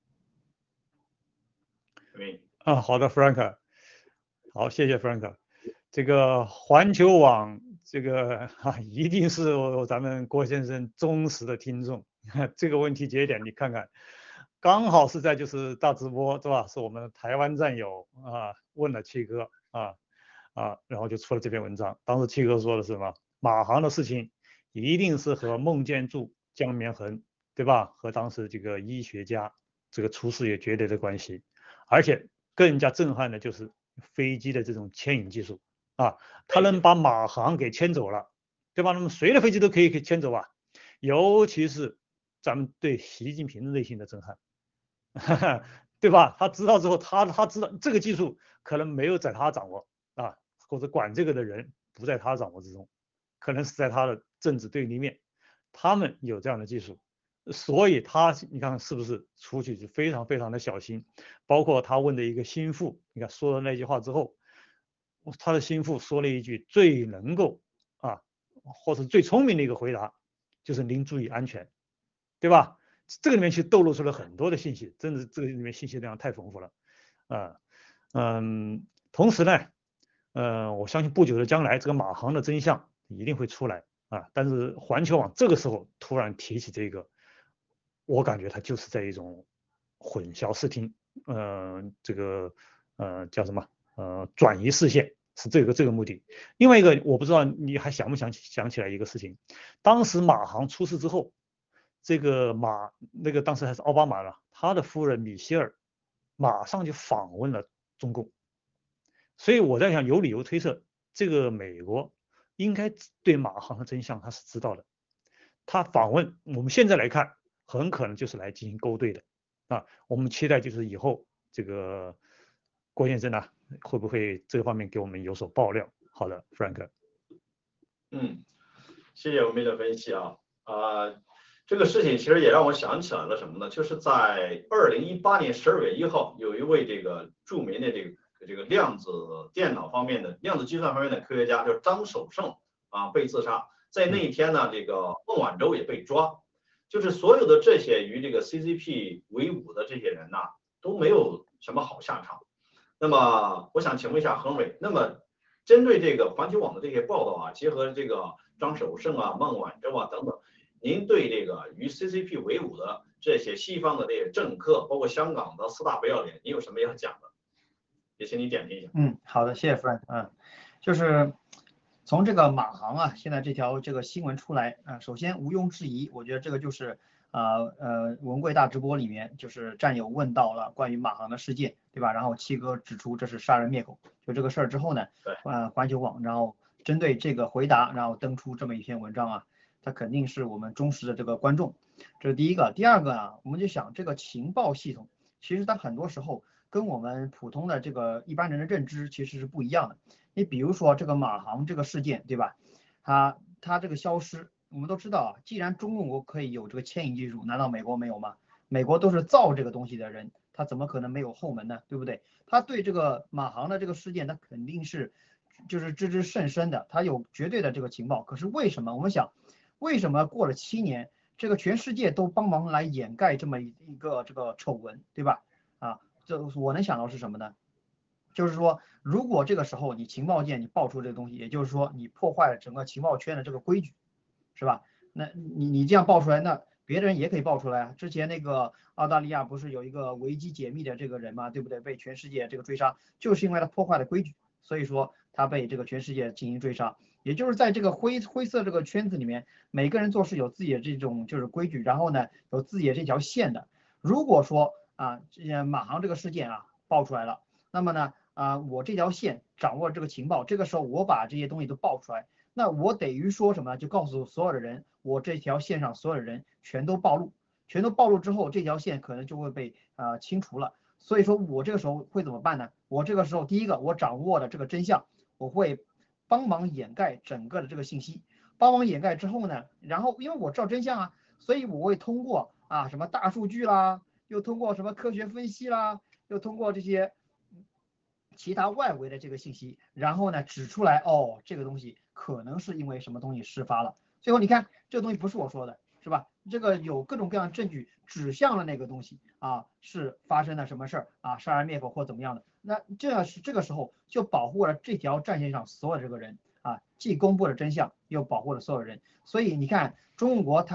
好的 Frank， 好，谢谢 Frank。这个环球网这个一定是咱们郭先生忠实的听众。这个问题节点你看看， 刚好是在就是大直播是吧？是我们台湾战友问了七哥然后就出了这篇文章。当时七哥说的是什么？马航的事情一定是和孟建柱、江绵恒，对吧？和当时这个医学家这个出事有绝对的关系。而且更加震撼的就是飞机的这种牵引技术它能把马航给牵走了，对吧？那么谁的飞机都可以牵走啊，尤其是咱们对习近平的内心的震撼。对吧？他知道之后，他知道这个技术可能没有在他掌握或者管这个的人不在他掌握之中，可能是在他的政治对立面，他们有这样的技术，所以你看是不是出去就非常非常的小心？包括他问的一个心腹，你看说了那句话之后，他的心腹说了一句最能够或是最聪明的一个回答，就是您注意安全，对吧？这个里面其实透露出了很多的信息，真的是这个里面信息量太丰富了同时呢我相信不久的将来这个马航的真相一定会出来但是环球网这个时候突然提起这个，我感觉它就是在一种混淆视听这个叫什么转移视线，是这个目的。另外一个我不知道你还想不想起来一个事情，当时马航出事之后，这个当时还是奥巴马了，他的夫人米歇尔马上就访问了中共，所以我在想有理由推测，这个美国应该对马航的真相他是知道的，他访问我们现在来看很可能就是来进行勾兑的我们期待就是以后这个郭先生呢会不会这方面给我们有所爆料。好的 Frank。 谢谢文斌的分析这个事情其实也让我想起来了什么呢？就是在2018年12月1号，有一位这个著名的这个量子电脑方面的量子计算方面的科学家叫张守胜被自杀。在那一天呢，这个孟晚舟也被抓，就是所有的这些与这个 CCP 为伍的这些人都没有什么好下场。那么我想请问一下恒伟，那么针对这个环球网的这些报道结合这个张守胜孟晚舟等等，您对这个与 CCP 为伍的这些西方的这些政客，包括香港的4大不要脸，你有什么要讲的？也请你点评一下。 好的，谢谢 Frank。就是从这个马航现在这个新闻出来首先毋庸置疑，我觉得这个就是文贵大直播里面就是战友问到了关于马航的事件，对吧？然后七哥指出这是杀人灭口，就这个事儿之后呢，环球网然后针对这个回答，然后登出这么一篇文章它肯定是我们忠实的这个观众，这是第一个。第二个我们就想这个情报系统，其实它很多时候跟我们普通的这个一般人的认知其实是不一样的。你比如说这个马航这个事件，对吧？它这个消失，我们都知道既然中共国可以有这个牵引技术，难道美国没有吗？美国都是造这个东西的人，他怎么可能没有后门呢？对不对？他对这个马航的这个事件，他肯定是就是知之甚深的，他有绝对的这个情报。可是为什么我们想，为什么过了7年，这个全世界都帮忙来掩盖这么一个这个丑闻，对吧？这我能想到是什么呢？就是说，如果这个时候你情报界你爆出这个东西，也就是说你破坏了整个情报圈的这个规矩，是吧？那你这样爆出来，那别人也可以爆出来之前那个澳大利亚不是有一个维基解密的这个人嘛，对不对？被全世界这个追杀，就是因为他破坏了规矩，所以说他被这个全世界进行追杀。也就是在这个灰色这个圈子里面，每个人做事有自己的这种就是规矩，然后呢有自己的这条线的。如果说马航这个事件爆出来了，那么呢我这条线掌握这个情报，这个时候我把这些东西都爆出来，那我等于说什么？就告诉所有的人，我这条线上所有的人全都暴露之后，这条线可能就会被清除了。所以说我这个时候会怎么办呢？我这个时候第一个，我掌握了这个真相，我会帮忙掩盖整个的这个信息，帮忙掩盖之后呢，然后因为我知道真相所以我会通过什么大数据啦，又通过什么科学分析啦，又通过这些其他外围的这个信息，然后呢指出来这个东西可能是因为什么东西事发了。最后你看这个东西不是我说的，是吧？这个有各种各样的证据指向了那个东西是发生了什么事儿杀人灭口或怎么样的。那这个时候就保护了这条战线上所有这个人既公布了真相，又保护了所有人。所以你看中国他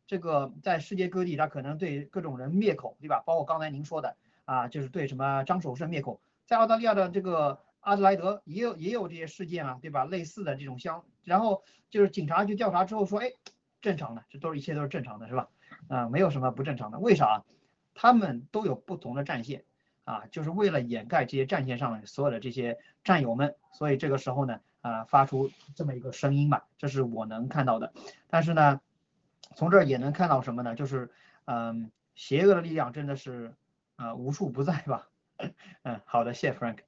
这个在世界各地它可能对各种人灭口，对吧？包括刚才您说的啊，就是对什么张守胜灭口，在澳大利亚的这个阿德莱德也有这些事件啊，对吧？类似的这种然后就是警察去调查之后说，哎，正常的，一切都是正常的，是吧？没有什么不正常的。为啥？他们都有不同的战线啊，就是为了掩盖这些战线上所有的这些战友们，所以这个时候呢，发出这么一个声音吧，这是我能看到的。但是呢，从这儿也能看到什么呢？就是邪恶的力量真的是无处不在吧。好的，谢谢 Frank。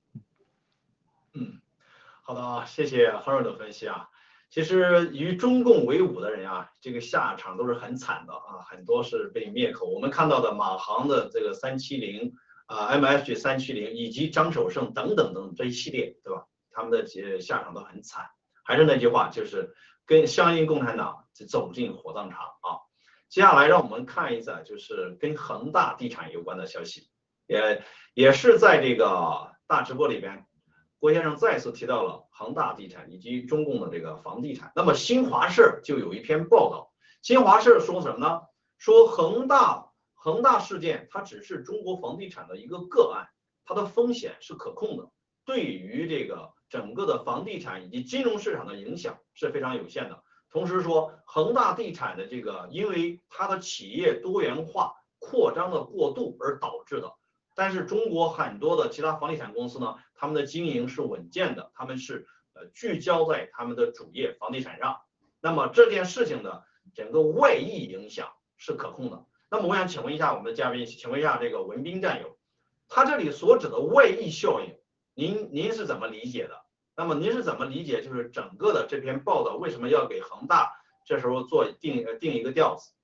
好的啊，谢谢 Henry 的分析啊。其实与中共为伍的人啊，这个下场都是很惨的啊，很多是被灭口。我们看到的马航的这个370MFG 370以及张守胜等等等这一系列，对吧？他们的下场都很惨。还是那句话，就是跟相信共产党走进火葬场啊。接下来让我们看一下，就是跟恒大地产有关的消息，也是在这个大直播里边。郭先生再次提到了恒大地产以及中共的这个房地产。那么新华社就有一篇报道，新华社说什么呢？说恒大事件它只是中国房地产的一个个案，它的风险是可控的，对于这个整个的房地产以及金融市场的影响是非常有限的。同时说，恒大地产的这个因为它的企业多元化扩张的过度而导致的。但是中国很多的其他房地产公司呢，他们的经营是稳健的，他们是聚焦在他们的主业房地产上。那么这件事情的整个外溢影响是可控的。那么我想请问一下我们的嘉宾，请问一下这个文斌战友，他这里所指的外溢效应，您是怎么理解的？那么您是怎么理解就是整个的这篇报道为什么要给恒大这时候定一个调子？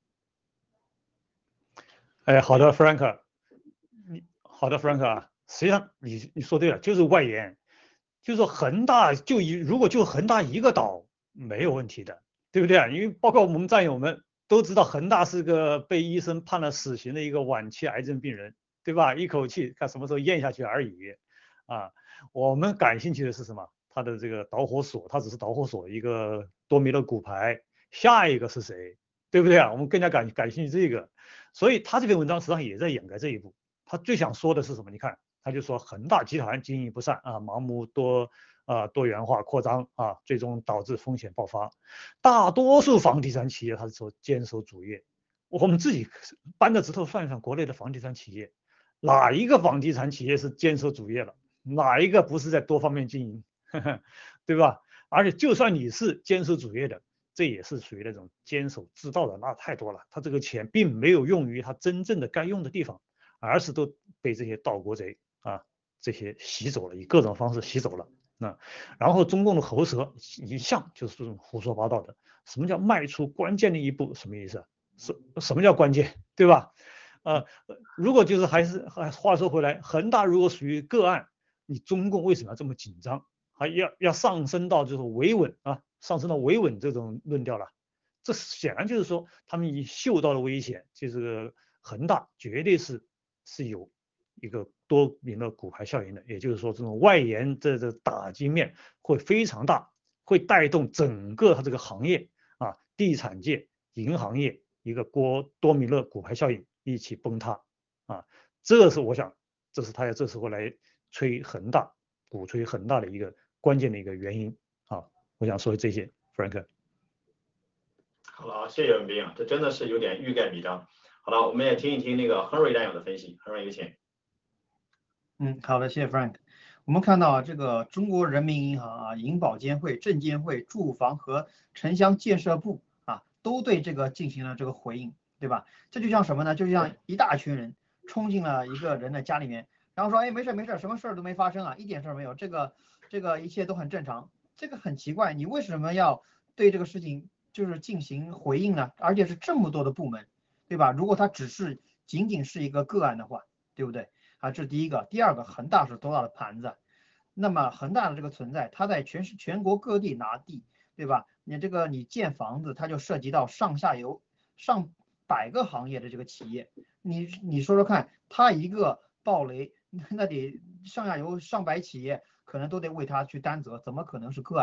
好的 ，Frank。好的 ，Frank 啊，实际上你说对了，就是外延，就是说恒大如果就恒大一个岛没有问题的，对不对啊？因为包括我们战友们都知道，恒大是个被医生判了死刑的一个晚期癌症病人，对吧？一口气看什么时候咽下去而已啊。我们感兴趣的是什么？他的这个导火索，他只是导火索，一个多米的骨牌，下一个是谁？对不对啊？我们更加感兴趣这个，所以他这篇文章实际上也在掩盖这一步。他最想说的是什么？你看，他就说恒大集团经营不善啊，盲目多元化扩张啊，最终导致风险爆发。大多数房地产企业它是说坚守主业。我们自己扳着指头算一算，国内的房地产企业，哪一个房地产企业是坚守主业了？哪一个不是在多方面经营？对吧？而且就算你是坚守主业的，这也是属于那种坚守之道的，那太多了。他这个钱并没有用于他真正的该用的地方。而是都被这些盗国贼啊这些洗走了，以各种方式洗走了。然后中共的喉舌一向就是这种胡说八道的。什么叫迈出关键的一步？什么意思？什么叫关键？对吧？如果就是话说回来，恒大如果属于个案，你中共为什么要这么紧张？还要上升到就是维稳啊，上升到维稳这种论调了？这显然就是说他们已嗅到了危险，就是恒大绝对是有一个多名的骨牌效应的，也就是说这种外延的打击面会非常大，会带动整个它这个行业啊，地产界、银行业一个多米诺骨牌效应一起崩塌啊。这是我想，这是他要这时候来吹恒大、鼓吹恒大的一个关键的一个原因啊。我想说这些 ，Frank。 好了，谢谢文斌啊，这真的是有点欲盖弥彰。好了，我们也听一听那个亨瑞战友的分析。亨瑞，有请。 好的，谢谢 Frank。我们看到啊，这个中国人民银行啊、银保监会、证监会、住房和城乡建设部啊，都对这个进行了这个回应，对吧？这就像什么呢？就像一大群人冲进了一个人的家里面，然后说，哎，没事没事，什么事儿都没发生啊，一点事儿没有，这个一切都很正常。这个很奇怪，你为什么要对这个事情就是进行回应呢？而且是这么多的部门，对吧？如果它仅仅是一个个案的话，对不对？这是第一个。第二个，恒大是多大的盘子？那么恒大的这个存在，它在全国各地拿地，对吧？你建房子，它就涉及到上下游上百个行业的这个企业，你说说看，它一个暴雷，那得上下游上百企业可能都得为它去担责，怎么可能是个案呢？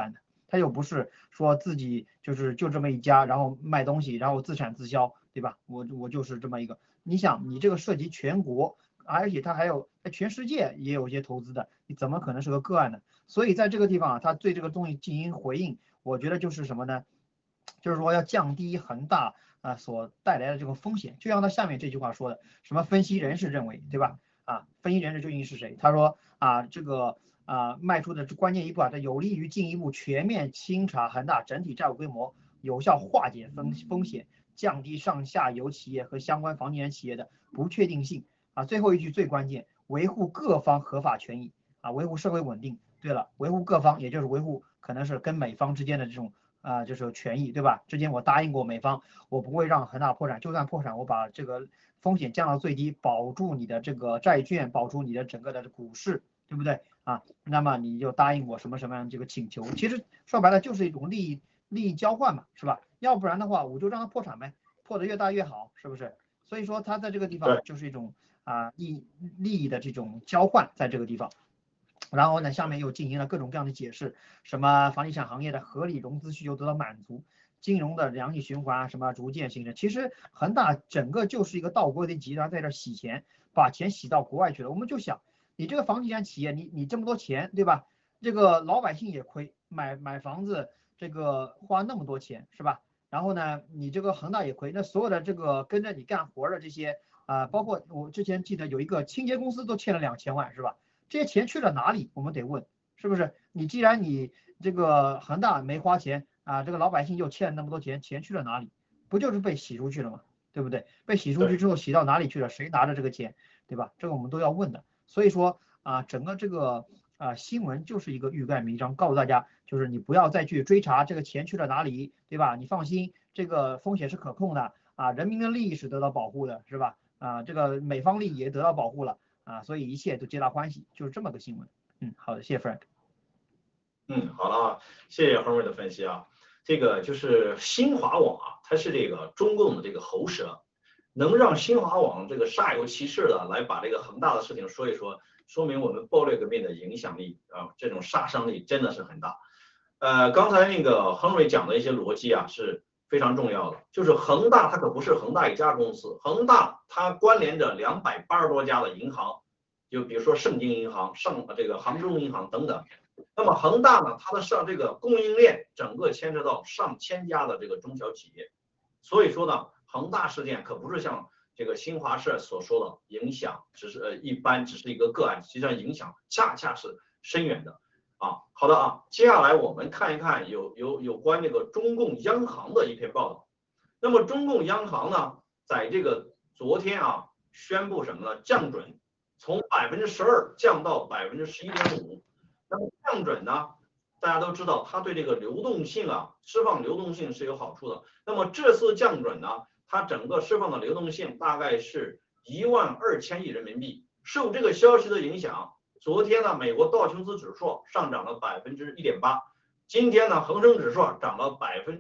它又不是说自己就这么一家，然后卖东西，然后自产自销，对吧？我就是这么一个，你想你这个涉及全国，而且它还有在全世界也有一些投资的，你怎么可能是个个案呢？所以在这个地方啊，他对这个东西进行回应，我觉得就是什么呢？就是说要降低恒大所带来的这个风险，就像他下面这句话说的，什么分析人士认为，对吧？分析人士究竟是谁？他说这个迈出的关键一步这有利于进一步全面清查恒大整体债务规模，有效化解风险，降低上下游企业和相关房地产企业的不确定性。最后一句最关键，维护各方合法权益维护社会稳定。对了，维护各方，也就是维护可能是跟美方之间的这种就是权益，对吧？之前我答应过美方，我不会让恒大破产，就算破产，我把这个风险降到最低，保住你的这个债券，保住你的整个的股市，对不对那么你就答应我什么什么样这个请求？其实说白了就是一种利益交换嘛，是吧？要不然的话，我就让他破产呗，破得越大越好，是不是？所以说他在这个地方就是一种利益的这种交换，在这个地方。然后呢，下面又进行了各种各样的解释，什么房地产行业的合理融资需求得到满足，金融的良性循环什么逐渐形成。其实恒大整个就是一个倒规的集团，在这洗钱，把钱洗到国外去了。我们就想，你这个房地产企业，你这么多钱，对吧？这个老百姓也亏，买房子这个花那么多钱，是吧？然后呢，你这个恒大也亏，那所有的这个跟着你干活的这些包括我之前记得有一个清洁公司都欠了2000万，是吧？这些钱去了哪里？我们得问，是不是？你既然你这个恒大没花钱这个老百姓又欠了那么多钱，钱去了哪里？不就是被洗出去了吗？对不对？被洗出去之后，洗到哪里去了？谁拿着这个钱，对吧？这个我们都要问的。所以说整个这个新闻就是一个欲盖弥彰，告诉大家，就是你不要再去追查这个钱去了哪里，对吧？你放心，这个风险是可控的人民的利益是得到保护的，是吧？这个美方利益也得到保护了。所以一切都皆大欢喜，就是这么个新闻。好的，谢谢 Frank。 好了谢谢亨瑞的分析这个就是新华网它是这个中共的这个喉舌，能让新华网这个煞有其事的来把这个恒大的事情说一说，说明我们暴力革命的影响力这种杀伤力真的是很大。刚才那个亨瑞讲的一些逻辑是非常重要的，就是恒大它可不是恒大一家公司，恒大它关联着280多家的银行，就比如说盛京银行、这个杭州银行等等。那么恒大呢，它的这个供应链整个牵扯到上千家的这个中小企业，所以说呢，恒大事件可不是像这个新华社所说的影响只是一般，只是一个个案，实际上影响恰恰是深远的。好的接下来我们看一看有关这个中共央行的一篇报道。那么中共央行呢，在这个昨天宣布什么呢？降准从12%降到11.5%。那么降准呢，大家都知道它对这个流动性释放流动性是有好处的。那么这次降准呢，它整个释放的流动性大概是12000亿人民币。受这个消息的影响，昨天呢，美国道琼斯指数上涨了1.8%，今天呢，恒生指数涨了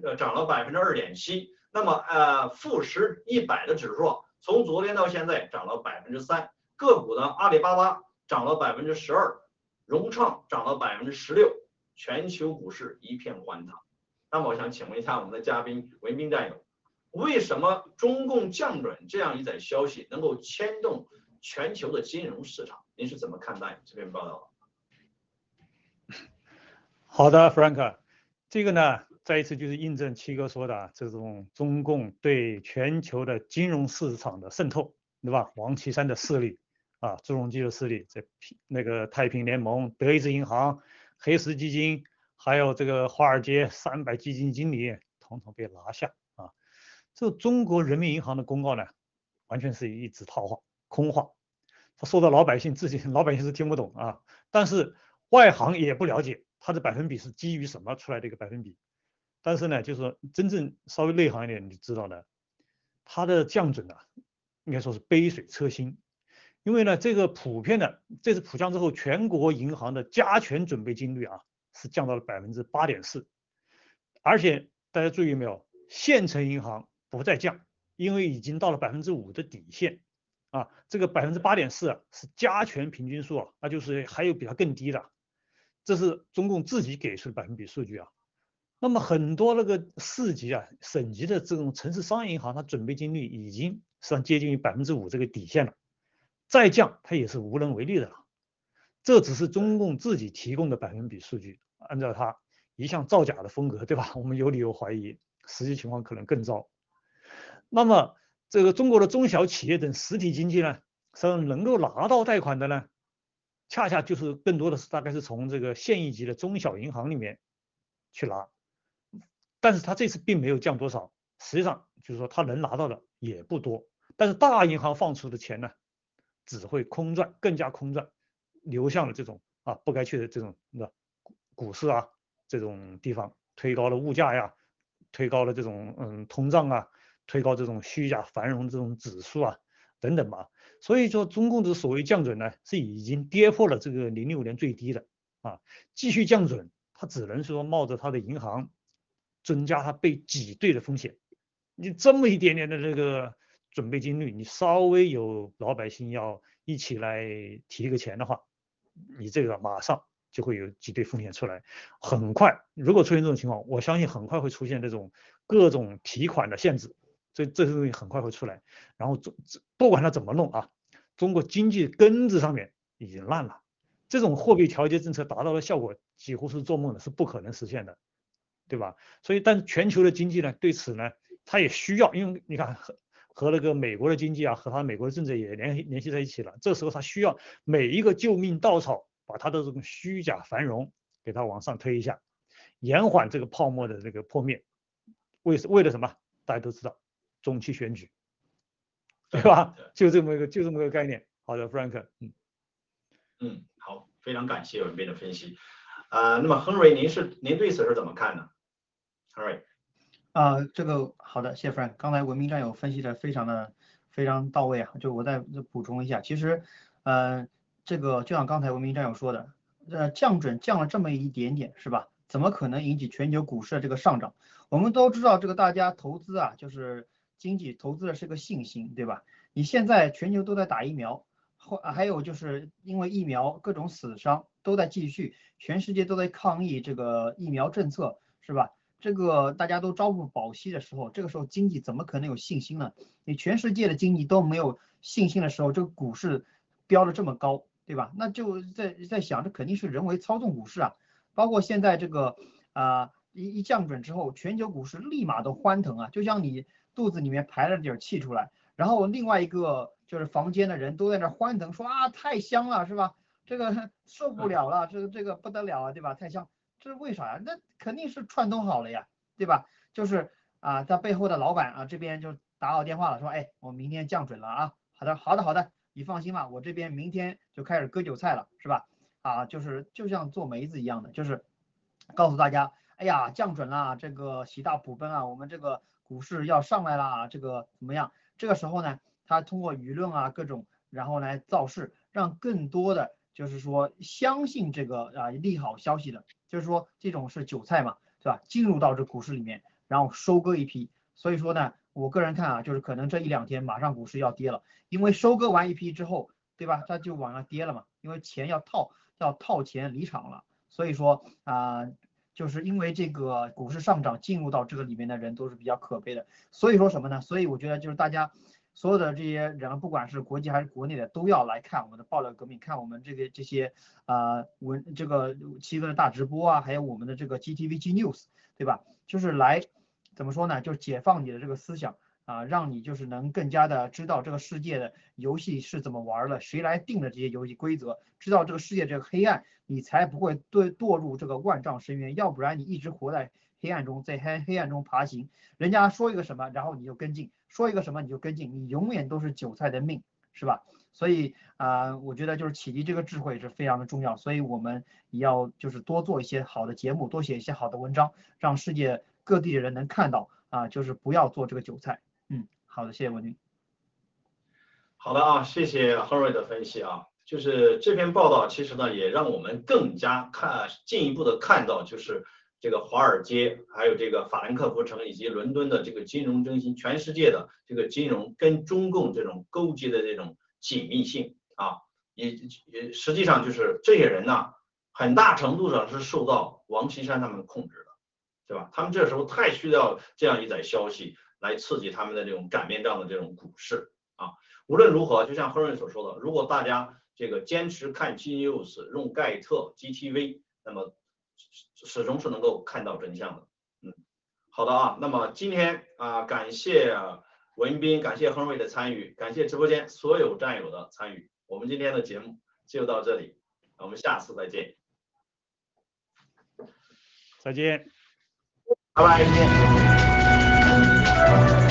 2.7%。那么富时100的指数从昨天到现在涨了3%。个股呢，阿里巴巴涨了12%，融创涨了16%，全球股市一片欢腾。那么我想请问一下我们的嘉宾文彬战友，为什么中共降准这样一则消息能够牵动全球的金融市场？您是怎么看待这篇报道？ 好的 ，Frank， 这个呢，再一次就是印证七哥说的这种中共对全球的金融市场的渗透，对吧？王岐山的势力朱镕基的势力，那个太平联盟、德意志银行、黑石基金，还有这个华尔街300基金经理，统统被拿下这中国人民银行的公告呢，完全是一纸套话、空话。他说的老百姓是听不懂但是外行也不了解它的百分比是基于什么出来的一个百分比。但是呢，就是说真正稍微内行一点你就知道呢，它的降准应该说是杯水车薪。因为呢，这个普遍的这次普降之后，全国银行的加权准备金率是降到了8.4%，而且大家注意没有，县城银行不再降，因为已经到了5%的底线这个8.4%是加权平均数那就是还有比它更低的，这是中共自己给出的百分比数据那么很多那个市级啊、省级的这种城市商业银行，它准备金率已经实际上接近于5%这个底线了，再降它也是无能为力的了。这只是中共自己提供的百分比数据，按照它一向造假的风格，对吧？我们有理由怀疑实际情况可能更糟。那么这个中国的中小企业等实体经济呢，实际上能够拿到贷款的呢，恰恰就是更多的是大概是从这个县一级的中小银行里面去拿，但是它这次并没有降多少，实际上就是说它能拿到的也不多，但是大银行放出的钱呢，只会空转，更加空转，流向了这种不该去的这种股市啊这种地方，推高了物价呀，推高了这种通胀啊，推高这种虚假繁荣这种指数啊等等吧。所以说中共的所谓降准呢，是已经跌破了这个06年最低的继续降准，它只能说冒着它的银行增加它被挤兑的风险。你这么一点点的这个准备金率，你稍微有老百姓要一起来提个钱的话，你这个马上就会有挤兑风险出来。很快，如果出现这种情况，我相信很快会出现这种各种提款的限制，这东西很快会出来。然后不管它怎么弄中国经济根子上面已经烂了，这种货币调节政策达到的效果几乎是做梦的，是不可能实现的，对吧？所以，但全球的经济呢，对此呢，它也需要，因为你看和那个美国的经济和它美国的政策也联系在一起了。这时候它需要每一个救命稻草，把它的这种虚假繁荣给它往上推一下，延缓这个泡沫的这个破灭。为了什么？大家都知道，中期选举，对吧？就这么个概念。好的 ，Frank， 好，非常感谢文斌的分析。那么亨瑞，您对此是怎么看呢？亨瑞。 这个好的，谢谢 Frank。刚才文明战友分析的非常到位就我再补充一下，其实，这个就像刚才文明战友说的，降准降了这么一点点，是吧？怎么可能引起全球股市的这个上涨？我们都知道，这个大家投资就是经济投资的是个信心，对吧？你现在全球都在打疫苗，还有就是因为疫苗各种死伤都在继续，全世界都在抗议这个疫苗政策，是吧？这个大家都朝不保夕的时候，这个时候经济怎么可能有信心呢？你全世界的经济都没有信心的时候，这个股市飙得这么高，对吧？那就在想，这肯定是人为操纵股市包括现在这个一降准之后，全球股市立马都欢腾就像你肚子里面排了点气出来，然后另外一个就是房间的人都在那欢腾，说太香了，是吧？这个受不了了，这个不得了对吧？太香。这是为啥呀？那肯定是串通好了呀，对吧？就是他背后的老板这边就打好电话了，说，哎，我明天降准了好的，你放心吧，我这边明天就开始割韭菜了，是吧？就是就像做梅子一样的，就是告诉大家，哎呀，降准了，这个喜大普奔我们这个股市要上来了这个怎么样？这个时候呢，他通过舆论各种，然后来造势，让更多的就是说相信这个利好消息的。就是说这种是韭菜嘛，对吧？进入到这股市里面，然后收割一批。所以说呢，我个人看就是可能这1-2天马上股市要跌了，因为收割完一批之后，对吧？它就往上跌了嘛，因为钱要套钱离场了。所以说就是因为这个股市上涨进入到这个里面的人都是比较可悲的。所以说什么呢？所以我觉得就是大家所有的这些人，不管是国际还是国内的，都要来看我们的爆料革命，看我们这些这个7个的大直播还有我们的这个 GTVG News， 对吧？就是来怎么说呢？就是解放你的这个思想让你就是能更加的知道这个世界的游戏是怎么玩的，谁来定的这些游戏规则，知道这个世界这个黑暗，你才不会堕入这个万丈深渊，要不然你一直活在黑暗中，在黑暗中爬行，人家说一个什么，然后你就跟进。说一个什么你就跟进，你永远都是韭菜的命，是吧？所以我觉得就是启迪这个智慧是非常的重要，所以我们也要就是多做一些好的节目，多写一些好的文章，让世界各地的人能看到就是不要做这个韭菜。好的，谢谢文军。 好的谢谢亨瑞的分析就是这篇报道其实呢也让我们更加进一步的看到就是这个华尔街，还有这个法兰克福城以及伦敦的这个金融中心，全世界的这个金融跟中共这种勾结的这种紧密性也实际上就是这些人呢，很大程度上是受到王岐山他们控制的。 对吧？他们这时候太需要这样一载消息来刺激他们的这种擀面杖的这种股市啊。无论如何，就像亨瑞所说的，如果大家这个坚持看 G News， 用盖特 GTV， 那么始终是能够看到真相的。好的啊，那么今天感谢文斌，感谢亨瑞的参与，感谢直播间所有战友的参与。我们今天的节目就到这里，我们下次再见。 再见， 拜拜。